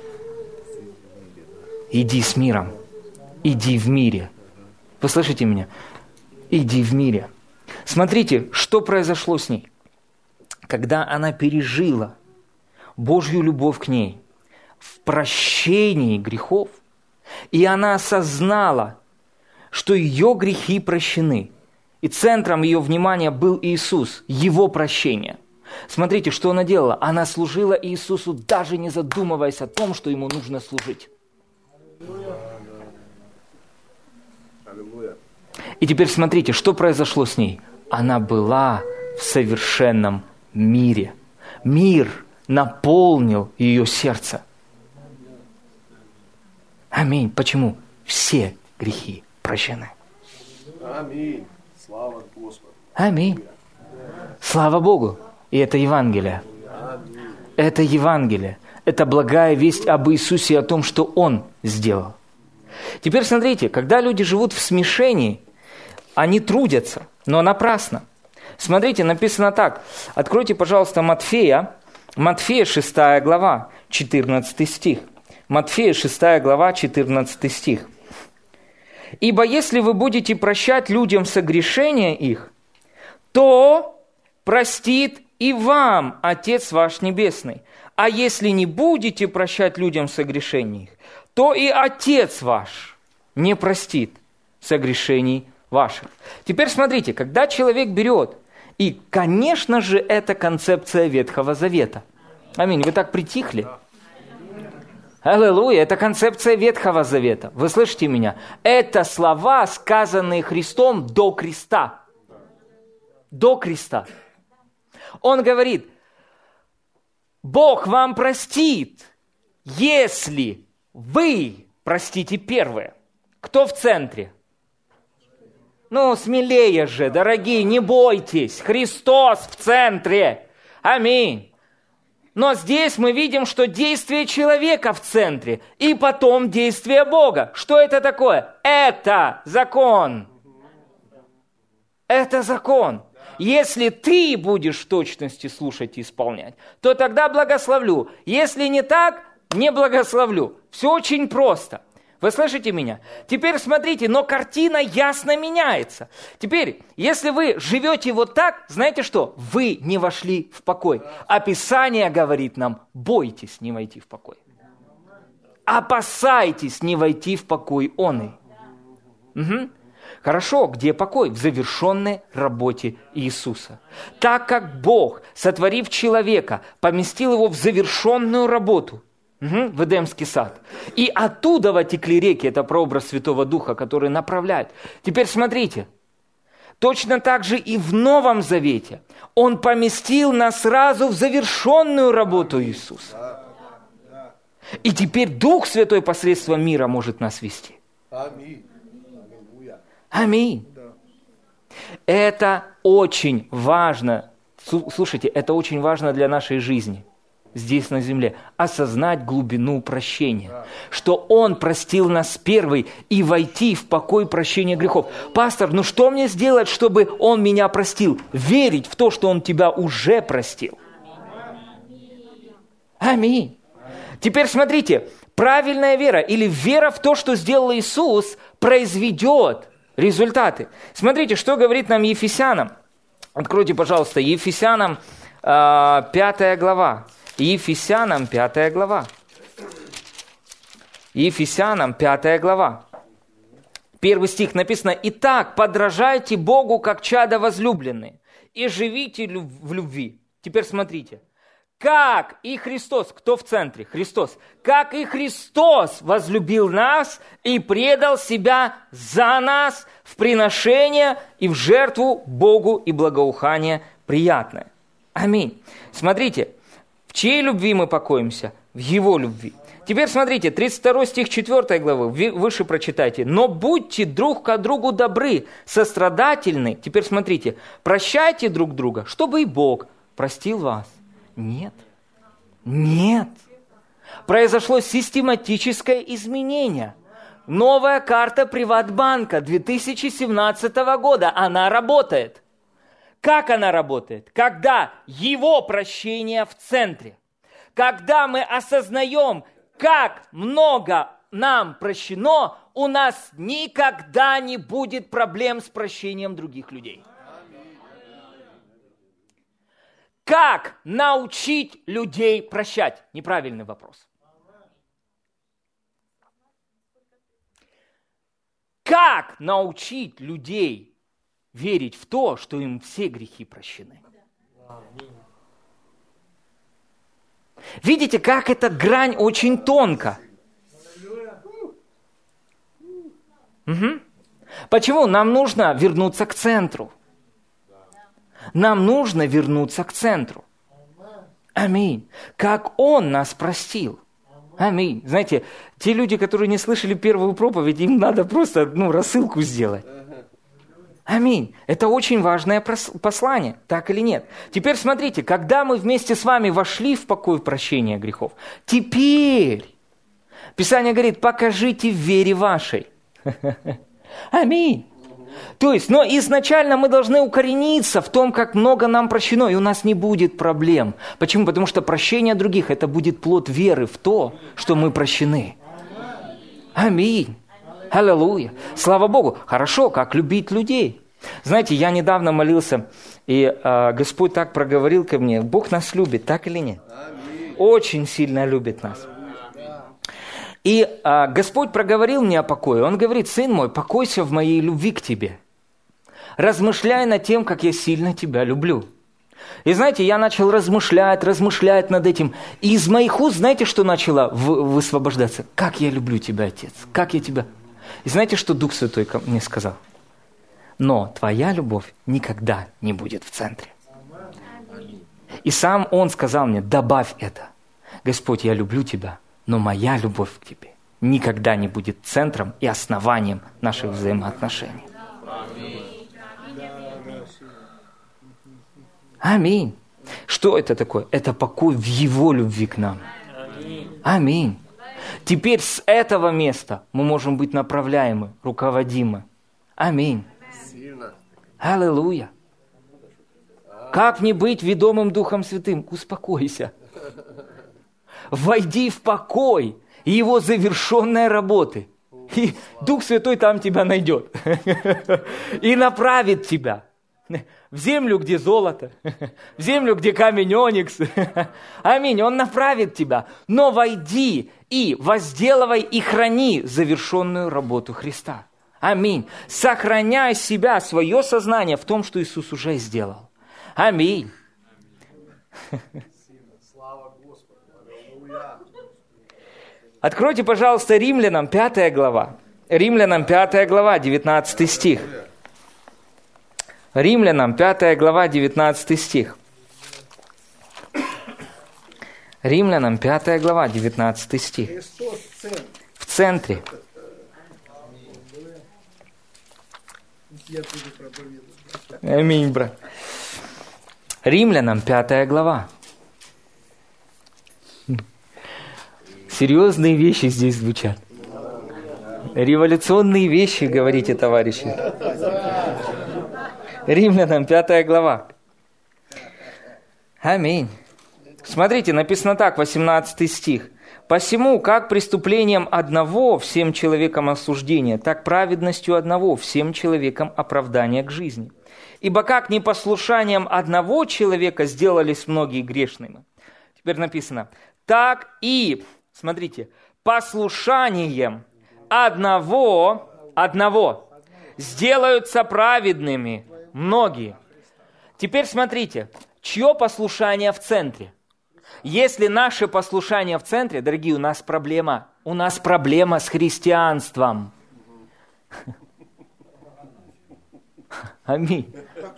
Иди с миром. Иди в мире. Вы слышите меня? Иди в мире. Смотрите, что произошло с ней. Когда она пережила Божью любовь к ней, прощении грехов. И она осознала, что ее грехи прощены. И центром ее внимания был Иисус, Его прощение. Смотрите, что она делала. Она служила Иисусу, даже не задумываясь о том, что Ему нужно служить. И теперь смотрите, что произошло с ней. Она была в совершенном мире. Мир наполнил ее сердце. Аминь. Почему? Все грехи прощены. Аминь. Слава Господу. Аминь. Слава Богу. И это Евангелие. Аминь. Это Евангелие. Это благая весть об Иисусе и о том, что Он сделал. Теперь смотрите, когда люди живут в смешении, они трудятся, но напрасно. Смотрите, написано так. Откройте, пожалуйста, Матфея, Матфея шестая глава, четырнадцатый стих. Матфея шестая глава, четырнадцатый стих. «Ибо если вы будете прощать людям согрешения их, то простит и вам Отец ваш Небесный. А если не будете прощать людям согрешения их, то и Отец ваш не простит согрешений ваших». Теперь смотрите, когда человек берет, и, конечно же, это концепция Ветхого Завета. Аминь. Вы так притихли? Аллилуйя, это концепция Ветхого Завета. Вы слышите меня? Это слова, сказанные Христом до креста. До креста. Он говорит, Бог вам простит, если вы простите первое. Кто в центре? Ну, смелее же, дорогие, не бойтесь. Христос в центре. Аминь. Но здесь мы видим, что действие человека в центре, и потом действие Бога. Что это такое? Это закон. Это закон. Если ты будешь в точности слушать и исполнять, то тогда благословлю. Если не так, не благословлю. Все очень просто. Вы слышите меня? Теперь смотрите, но картина ясно меняется. Теперь, если вы живете вот так, знаете что? Вы не вошли в покой. А Писание говорит нам, бойтесь не войти в покой. Опасайтесь не войти в покой оный. Угу. Хорошо, где покой? В завершенной работе Иисуса. Так как Бог, сотворив человека, поместил его в завершенную работу, угу, в Эдемский сад. И оттуда текли реки, это прообраз Святого Духа, который направляет. Теперь смотрите, точно так же и в Новом Завете Он поместил нас сразу в завершенную работу Иисуса. И теперь Дух Святой посредством мира может нас вести. Аминь. Аминь. Это очень важно. Слушайте, это очень важно для нашей жизни. Здесь на земле, осознать глубину прощения, что Он простил нас первый и войти в покой прощения грехов. Пастор, ну что мне сделать, чтобы Он меня простил? Верить в то, что Он тебя уже простил. Аминь. Теперь смотрите, правильная вера или вера в то, что сделал Иисус, произведет результаты. Смотрите, что говорит нам Ефесянам. Откройте, пожалуйста, Ефесянам э, пятая глава. Ефесянам пятая глава. Ефесянам пятая глава. Первый стих написано: «Итак, подражайте Богу, как чада возлюбленные, и живите в любви». Теперь смотрите. Как и Христос, кто в центре? Христос. Как и Христос возлюбил нас и предал себя за нас в приношение и в жертву Богу и благоухание приятное. Аминь. Смотрите. В чьей любви мы покоимся? В Его любви. Теперь смотрите, тридцать второй стих четвёртой главы, выше прочитайте. «Но будьте друг к другу добры, сострадательны». Теперь смотрите, прощайте друг друга, чтобы и Бог простил вас. Нет. Нет. Произошло систематическое изменение. Новая карта Приватбанка две тысячи семнадцатого года, она работает. Как она работает? Когда Его прощение в центре. Когда мы осознаем, как много нам прощено, у нас никогда не будет проблем с прощением других людей. Как научить людей прощать? Неправильный вопрос. Как научить людей верить в то, что им все грехи прощены? Видите, как эта грань очень тонка. Угу. Почему? Нам нужно вернуться к центру. Нам нужно вернуться к центру. Аминь. Как Он нас простил. Аминь. Знаете, те люди, которые не слышали первую проповедь, им надо просто ну, рассылку сделать. Аминь. Это очень важное послание, так или нет? Теперь смотрите, когда мы вместе с вами вошли в покой прощения грехов, теперь Писание говорит, покажите в вере вашей. Аминь. То есть, но изначально мы должны укорениться в том, как много нам прощено, и у нас не будет проблем. Почему? Потому что прощение других – это будет плод веры в то, что мы прощены. Аминь. Аллилуйя. Слава Богу. Хорошо, как любить людей. Знаете, я недавно молился, и э, Господь так проговорил ко мне, Бог нас любит, так или нет? Очень сильно любит нас. И а, Господь проговорил мне о покое. Он говорит, сын мой, покойся в моей любви к тебе. Размышляй над тем, как я сильно тебя люблю. И знаете, я начал размышлять, размышлять над этим. И из моих уст, знаете, что начало высвобождаться? Как я люблю тебя, Отец, как я тебя... И знаете, что Дух Святой мне сказал? Но твоя любовь никогда не будет в центре. И сам Он сказал мне, добавь это. Господь, я люблю тебя. Но моя любовь к тебе никогда не будет центром и основанием наших взаимоотношений. Аминь. Что это такое? Это покой в Его любви к нам. Аминь. Теперь с этого места мы можем быть направляемы, руководимы. Аминь. Аллилуйя. Как не быть ведомым Духом Святым? Успокойся. Войди в покой Его завершенной работы. И Дух Святой там тебя найдет. И направит тебя в землю, где золото, в землю, где камень оникс. Аминь. Он направит тебя. Но войди и возделывай и храни завершенную работу Христа. Аминь. Сохраняй себя, свое сознание в том, что Иисус уже сделал. Аминь. Откройте, пожалуйста, Римлянам пятая глава. Римлянам пятая глава, девятнадцатый стих. Римлянам пятая глава, девятнадцатый стих. Римлянам пятая глава, девятнадцатый стих. В центре. Аминь, брат. Римлянам пятая глава. Серьезные вещи здесь звучат. Революционные вещи, говорите, товарищи. Римлянам пятая глава. Аминь. Смотрите, написано так, восемнадцатый стих. «Посему, как преступлением одного всем человекам осуждение, так праведностью одного всем человекам оправдание к жизни. Ибо как непослушанием одного человека сделались многие грешными». Теперь написано, так и... Смотрите, послушанием одного, одного сделаются праведными многие. Теперь смотрите, чье послушание в центре? Если наше послушание в центре, дорогие, у нас проблема. У нас проблема с христианством. Аминь.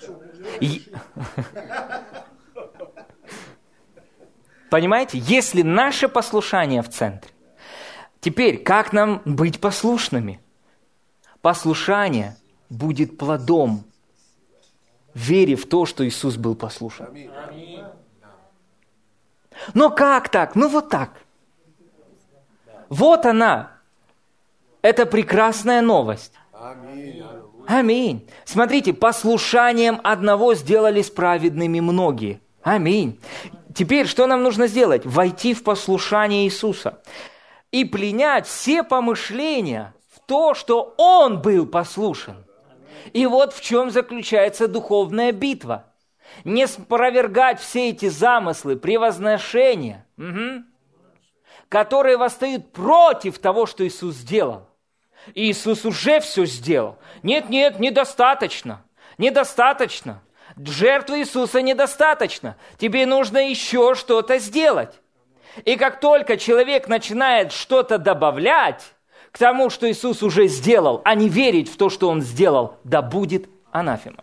Понимаете, если наше послушание в центре, теперь как нам быть послушными? Послушание будет плодом вере в то, что Иисус был послушен. Но как так? Ну вот так. Вот она. Это прекрасная новость. Аминь. Смотрите, послушанием одного сделались праведными многие. Аминь. Теперь что нам нужно сделать? Войти в послушание Иисуса и пленять все помышления в то, что Он был послушен. И вот в чем заключается духовная битва. Не спровергать все эти замыслы, превозношения, угу, которые восстают против того, что Иисус сделал. Иисус уже все сделал. Нет, нет, недостаточно. Недостаточно. Жертвы Иисуса недостаточно. Тебе нужно еще что-то сделать. И как только человек начинает что-то добавлять к тому, что Иисус уже сделал, а не верить в то, что Он сделал, да будет анафема.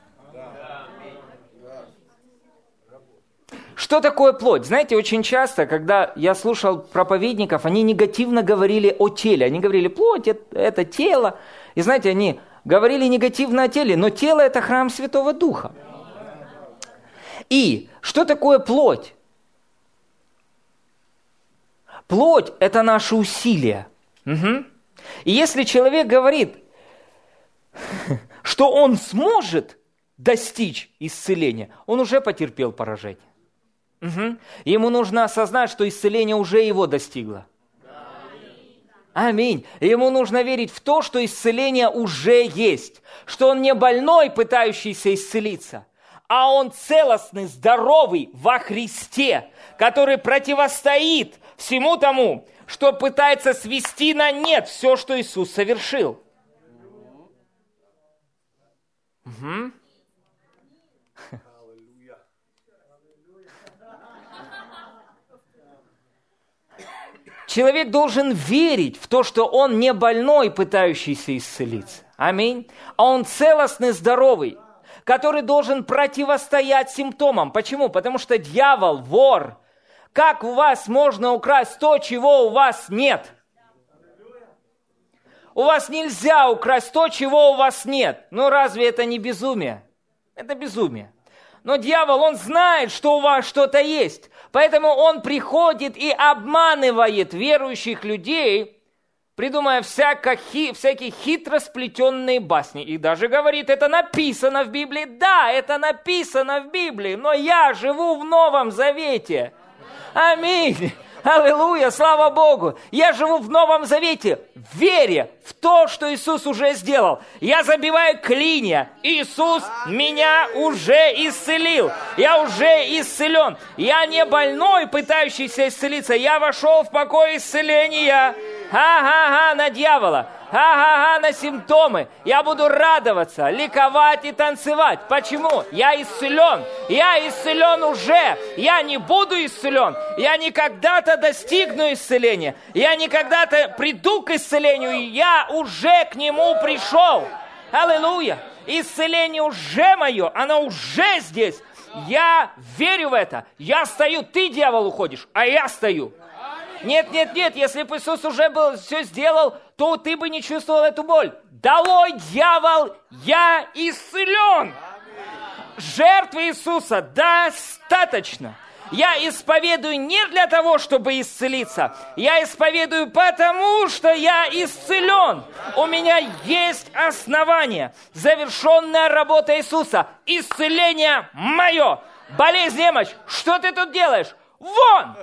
Что такое плоть? Знаете, очень часто, когда я слушал проповедников, они негативно говорили о теле. Они говорили, плоть – это тело. И знаете, они говорили негативно о теле, но тело – это храм Святого Духа. И что такое плоть? Плоть – это наши усилия. Угу. И если человек говорит, что он сможет достичь исцеления, он уже потерпел поражение. Угу. Ему нужно осознать, что исцеление уже его достигло. Аминь. Ему нужно верить в то, что исцеление уже есть, что он не больной, пытающийся исцелиться, а он целостный, здоровый во Христе, который противостоит всему тому, что пытается свести на нет все, что Иисус совершил. Угу. Человек должен верить в то, что он не больной, пытающийся исцелиться. Аминь. А он целостный, здоровый, который должен противостоять симптомам. Почему? Потому что дьявол, вор. Как у вас можно украсть то, чего у вас нет? У вас нельзя украсть то, чего у вас нет. Ну разве это не безумие? Это безумие. Но дьявол, он знает, что у вас что-то есть. Поэтому он приходит и обманывает верующих людей, придумывая всяко, хи, всякие хитро сплетенные басни. И даже говорит, это написано в Библии. Да, это написано в Библии, но я живу в Новом Завете. Аминь. Аллилуйя, слава Богу. Я живу в Новом Завете, веря в то, что Иисус уже сделал. Я забиваю клинья. Иисус меня уже исцелил. Я уже исцелен. Я не больной, пытающийся исцелиться. Я вошел в покой исцеления. Ха-ха-ха на дьявола. Ха-ха-ха на симптомы. Я буду радоваться, ликовать и танцевать. Почему? Я исцелен. Я исцелен уже. Я не буду исцелен. Я не когда-то достигну исцеления. Я не когда-то приду к исцелению. Я уже к нему пришел. Аллилуйя. Исцеление уже мое. Оно уже здесь. Я верю в это. Я стою. Ты, дьявол, уходишь, а я стою. Нет, нет, нет, если бы Иисус уже был, все сделал, то ты бы не чувствовал эту боль. Долой, дьявол, я исцелен. Жертвы Иисуса достаточно. Я исповедую не для того, чтобы исцелиться. Я исповедую потому, что я исцелен. У меня есть основание. Завершенная работа Иисуса. Исцеление мое. Болезнь, немощь. Что ты тут делаешь? Вон!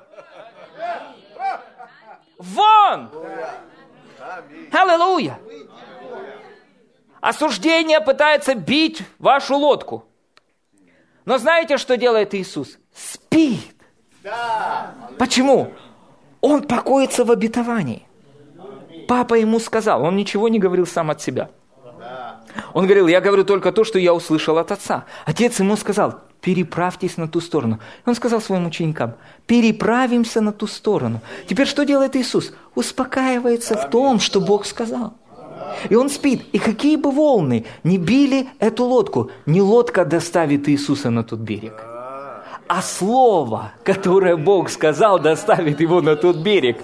Вон! Аллилуйя! Осуждение пытается бить вашу лодку. Но знаете, что делает Иисус? Спит. Почему? Он покоится в обетовании. Папа ему сказал, он ничего не говорил сам от себя. Он говорил, я говорю только то, что я услышал от отца. Отец ему сказал, переправьтесь на ту сторону. Он сказал своим ученикам, переправимся на ту сторону. Теперь что делает Иисус? Успокаивается в том, что Бог сказал. И он спит. И какие бы волны не били эту лодку, не лодка доставит Иисуса на тот берег, а слово, которое Бог сказал, доставит его на тот берег.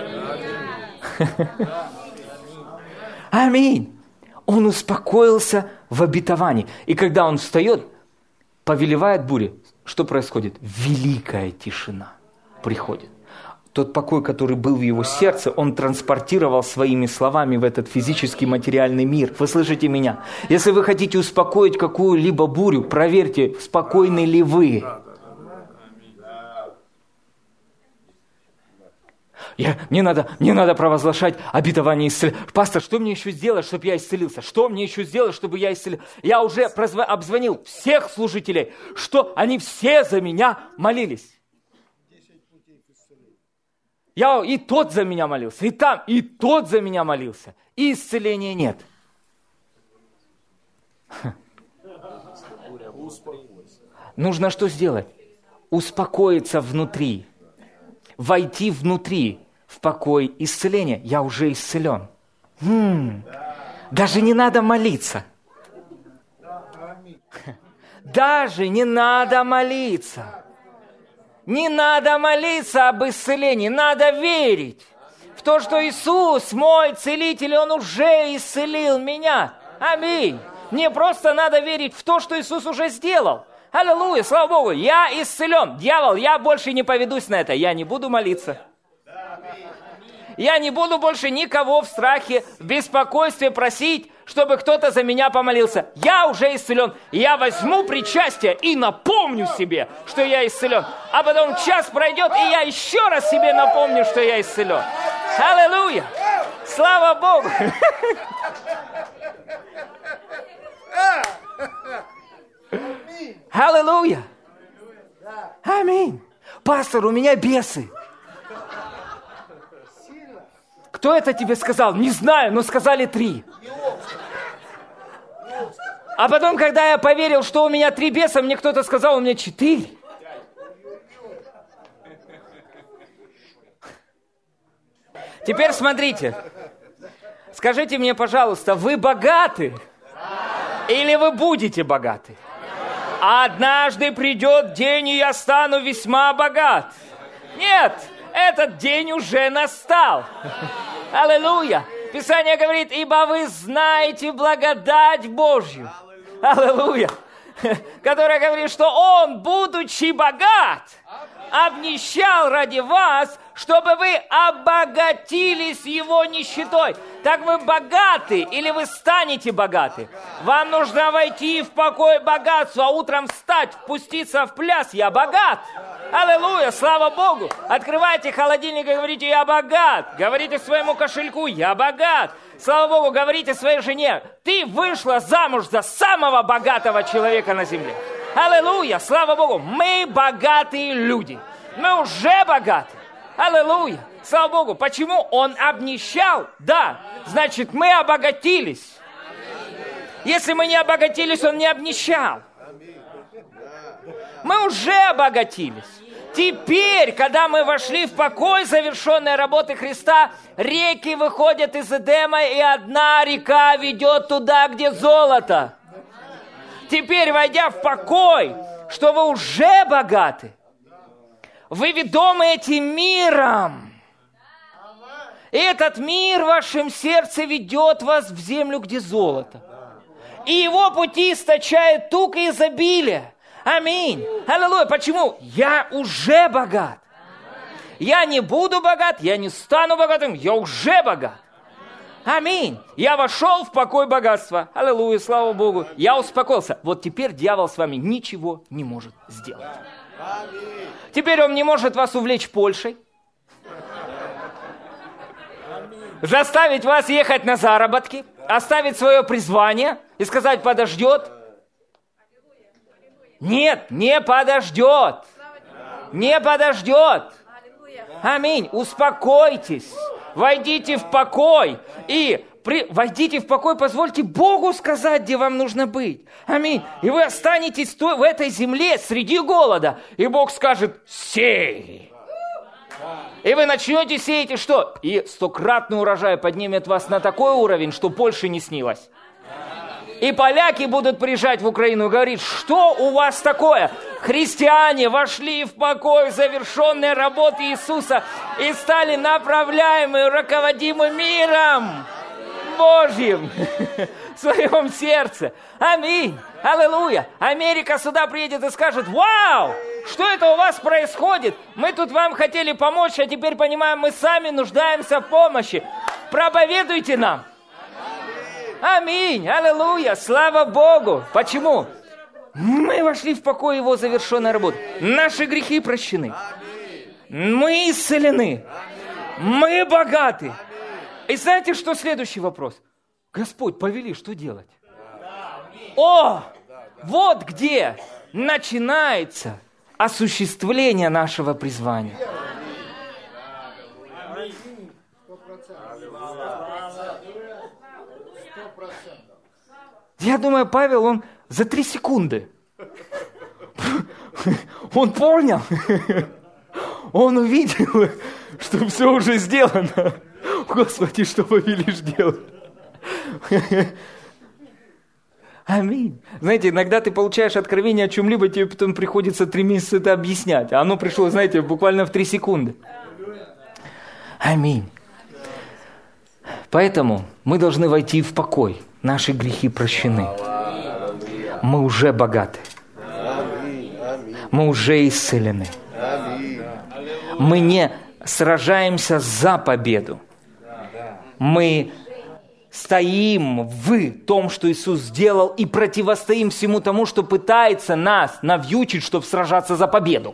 Аминь. Он успокоился в обетовании. И когда он встает, повелевает буре, что происходит? Великая тишина приходит. Тот покой, который был в его сердце, он транспортировал своими словами в этот физический материальный мир. Вы слышите меня? Если вы хотите успокоить какую-либо бурю, проверьте, спокойны ли вы. Я, мне, надо, мне надо провозглашать обетование исцеления. Пастор, что мне еще сделать, чтобы я исцелился? Что мне еще сделать, чтобы я исцелился? Я уже прозв... обзвонил всех служителей, что они все за меня молились. Я и тот за меня молился, и там, и тот за меня молился, и исцеления нет. Нужно что сделать? Успокоиться внутри, войти внутри, в покой исцеления. Я уже исцелен. М-м. Даже не надо молиться. Даже не надо молиться. Не надо молиться об исцелении. Надо верить в то, что Иисус, мой целитель, Он уже исцелил меня. Аминь. Мне просто надо верить в то, что Иисус уже сделал. Аллилуйя, слава Богу, я исцелен. Дьявол, я больше не поведусь на это. Я не буду молиться. Я не буду больше никого в страхе, в беспокойстве просить, чтобы кто-то за меня помолился. Я уже исцелен. Я возьму причастие и напомню себе, что я исцелен. А потом час пройдет, и я еще раз себе напомню, что я исцелен. Аллилуйя! Слава Богу! Аллилуйя! Аминь! Пастор, у меня бесы. Кто это тебе сказал? Не знаю, но сказали три. А потом, когда я поверил, что у меня три беса, мне кто-то сказал, у меня четыре. Теперь смотрите. Скажите мне, пожалуйста, вы богаты? Или вы будете богаты? Однажды придет день, и я стану весьма богат. Нет, этот день уже настал. Аллилуйя. Писание говорит, ибо вы знаете благодать Божью. Аллилуйя. Которая говорит, что Он, будучи богат, обнищал ради вас, чтобы вы обогатились Его нищетой. Так вы богаты или вы станете богаты? Вам нужно войти в покой богатства, а утром встать, впуститься в пляс. Я богат. Аллилуйя, слава Богу. Открывайте холодильник и говорите, я богат. Говорите своему кошельку, я богат. Слава Богу, говорите своей жене, ты вышла замуж за самого богатого человека на земле. Аллилуйя, слава Богу, мы богатые люди. Мы уже богаты. Аллилуйя, слава Богу. Почему? Он обнищал? Да, значит, мы обогатились. Если мы не обогатились, он не обнищал. Мы уже обогатились. Теперь, когда мы вошли в покой завершенной работы Христа, реки выходят из Эдема, и одна река ведет туда, где золото. Теперь, войдя в покой, что вы уже богаты, вы ведомы этим миром. И этот мир в вашем сердце ведет вас в землю, где золото. И его пути источают тук и изобилие. Аминь. Аллилуйя. Почему? Я уже богат. Я не буду богат, я не стану богатым, я уже богат. Аминь. Я вошел в покой богатства. Аллилуйя, слава Богу. Я успокоился. Вот теперь дьявол с вами ничего не может сделать. Теперь он не может вас увлечь Польшей. Заставить вас ехать на заработки, оставить свое призвание и сказать, подождет. Нет, не подождет. Не подождет. Аминь. Успокойтесь. Войдите в покой. И при... войдите в покой, позвольте Богу сказать, где вам нужно быть. Аминь. И вы останетесь в этой земле среди голода. И Бог скажет, сей. И вы начнете сеять, и что? И стократный урожай поднимет вас на такой уровень, что Польше не снилось. И поляки будут приезжать в Украину и говорить, что у вас такое? Христиане вошли в покой завершенной работы Иисуса и стали направляемы, руководимы миром Божьим в своем сердце. Аминь. Аллилуйя. Америка сюда приедет и скажет, вау, что это у вас происходит? Мы тут вам хотели помочь, а теперь понимаем, мы сами нуждаемся в помощи. Проповедуйте нам. Аминь, аллилуйя, слава Богу. Почему? Мы вошли в покой Его завершенной работы. Наши грехи прощены. Мы исцелены. Мы богаты. И знаете, что следующий вопрос? Господь, повели, что делать? О, вот где начинается осуществление нашего призвания. Я думаю, Павел, он за три секунды. Он понял. Он увидел, что все уже сделано. Господи, что повелишь делать? Аминь. Знаете, иногда ты получаешь откровение о чем-либо, тебе потом приходится три месяца это объяснять. А оно пришло, знаете, буквально в три секунды. Аминь. Поэтому мы должны войти в покой. Наши грехи прощены. Мы уже богаты. Мы уже исцелены. Мы не сражаемся за победу. Мы стоим в том, что Иисус сделал, и противостоим всему тому, что пытается нас навьючить, чтобы сражаться за победу.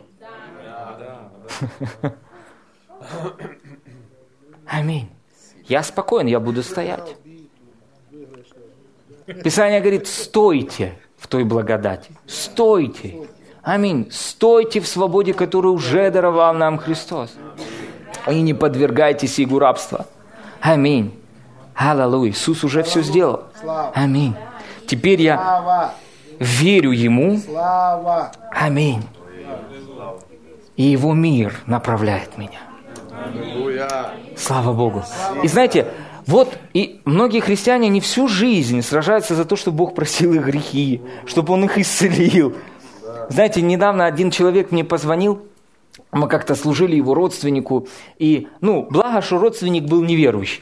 Аминь. Я спокоен, я буду стоять. Писание говорит, стойте в той благодати. Стойте. Аминь. Стойте в свободе, которую уже даровал нам Христос. И не подвергайтесь игу рабства. Аминь. Аллилуйя. Иисус уже все сделал. Аминь. Теперь я верю Ему. Аминь. И Его мир направляет меня. Слава Богу. И знаете, вот и многие христиане не всю жизнь сражаются за то, чтобы Бог простил их грехи, чтобы Он их исцелил. Знаете, недавно один человек мне позвонил, мы как-то служили его родственнику, и, ну, благо, что родственник был неверующий.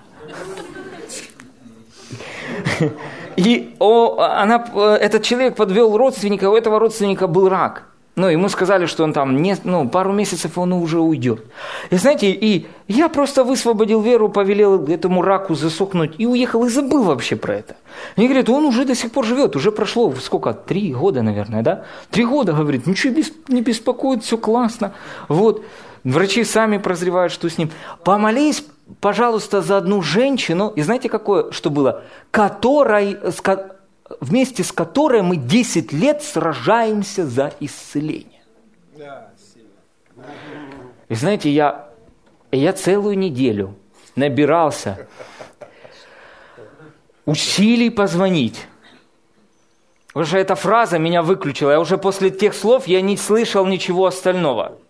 И о, она, этот человек подвел родственника, у этого родственника был рак. Ну, ему сказали, что он там не, ну, пару месяцев он уже уйдет. И знаете, и я просто высвободил веру, повелел этому раку засохнуть и уехал, и забыл вообще про это. Они говорят, он уже до сих пор живет, уже прошло, сколько, три года, наверное, да? Три года, говорит, ничего не беспокоит, все классно. Вот, врачи сами прозревают, что с ним. Помолись, пожалуйста, за одну женщину, и знаете, какое, что было? Которой... вместе с которой мы десять лет сражаемся за исцеление. И знаете, я, я целую неделю набирался усилий позвонить. Уже эта фраза меня выключила. Я уже после тех слов я не слышал ничего остального.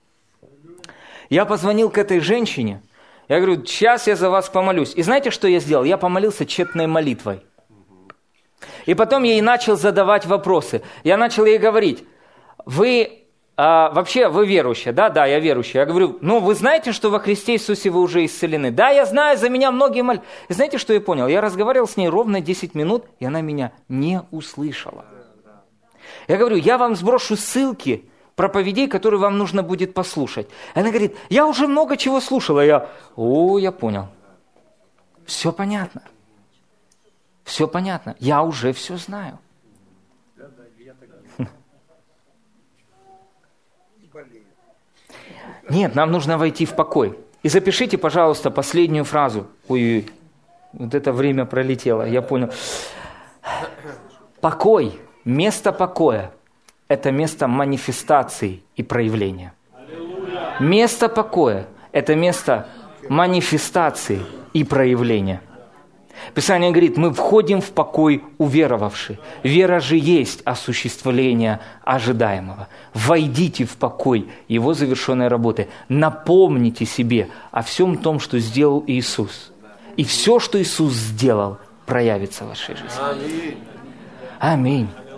Я позвонил к этой женщине. Я говорю, сейчас я за вас помолюсь. И знаете, что я сделал? Я помолился тщетной молитвой. И потом я ей начал задавать вопросы. Я начал ей говорить, вы а, вообще, вы верующая? Да, да, я верующая. Я говорю, ну вы знаете, что во Христе Иисусе вы уже исцелены? Да, я знаю, за меня многие молились. И знаете, что я понял? Я разговаривал с ней ровно десять минут, и она меня не услышала. Я говорю, я вам сброшу ссылки проповедей, которые вам нужно будет послушать. Она говорит, я уже много чего слушала. Я, о, я понял. Все понятно. Все понятно. Я уже все знаю. Нет, нам нужно войти в покой. И запишите, пожалуйста, последнюю фразу. Ой, вот это время пролетело, я понял. Покой, место покоя – это место манифестации и проявления. Место покоя – это место манифестации и проявления. Писание говорит, мы входим в покой уверовавши. Вера же есть осуществление ожидаемого. Войдите в покой Его завершенной работы. Напомните себе о всем том, что сделал Иисус. И все, что Иисус сделал, проявится в вашей жизни. Аминь.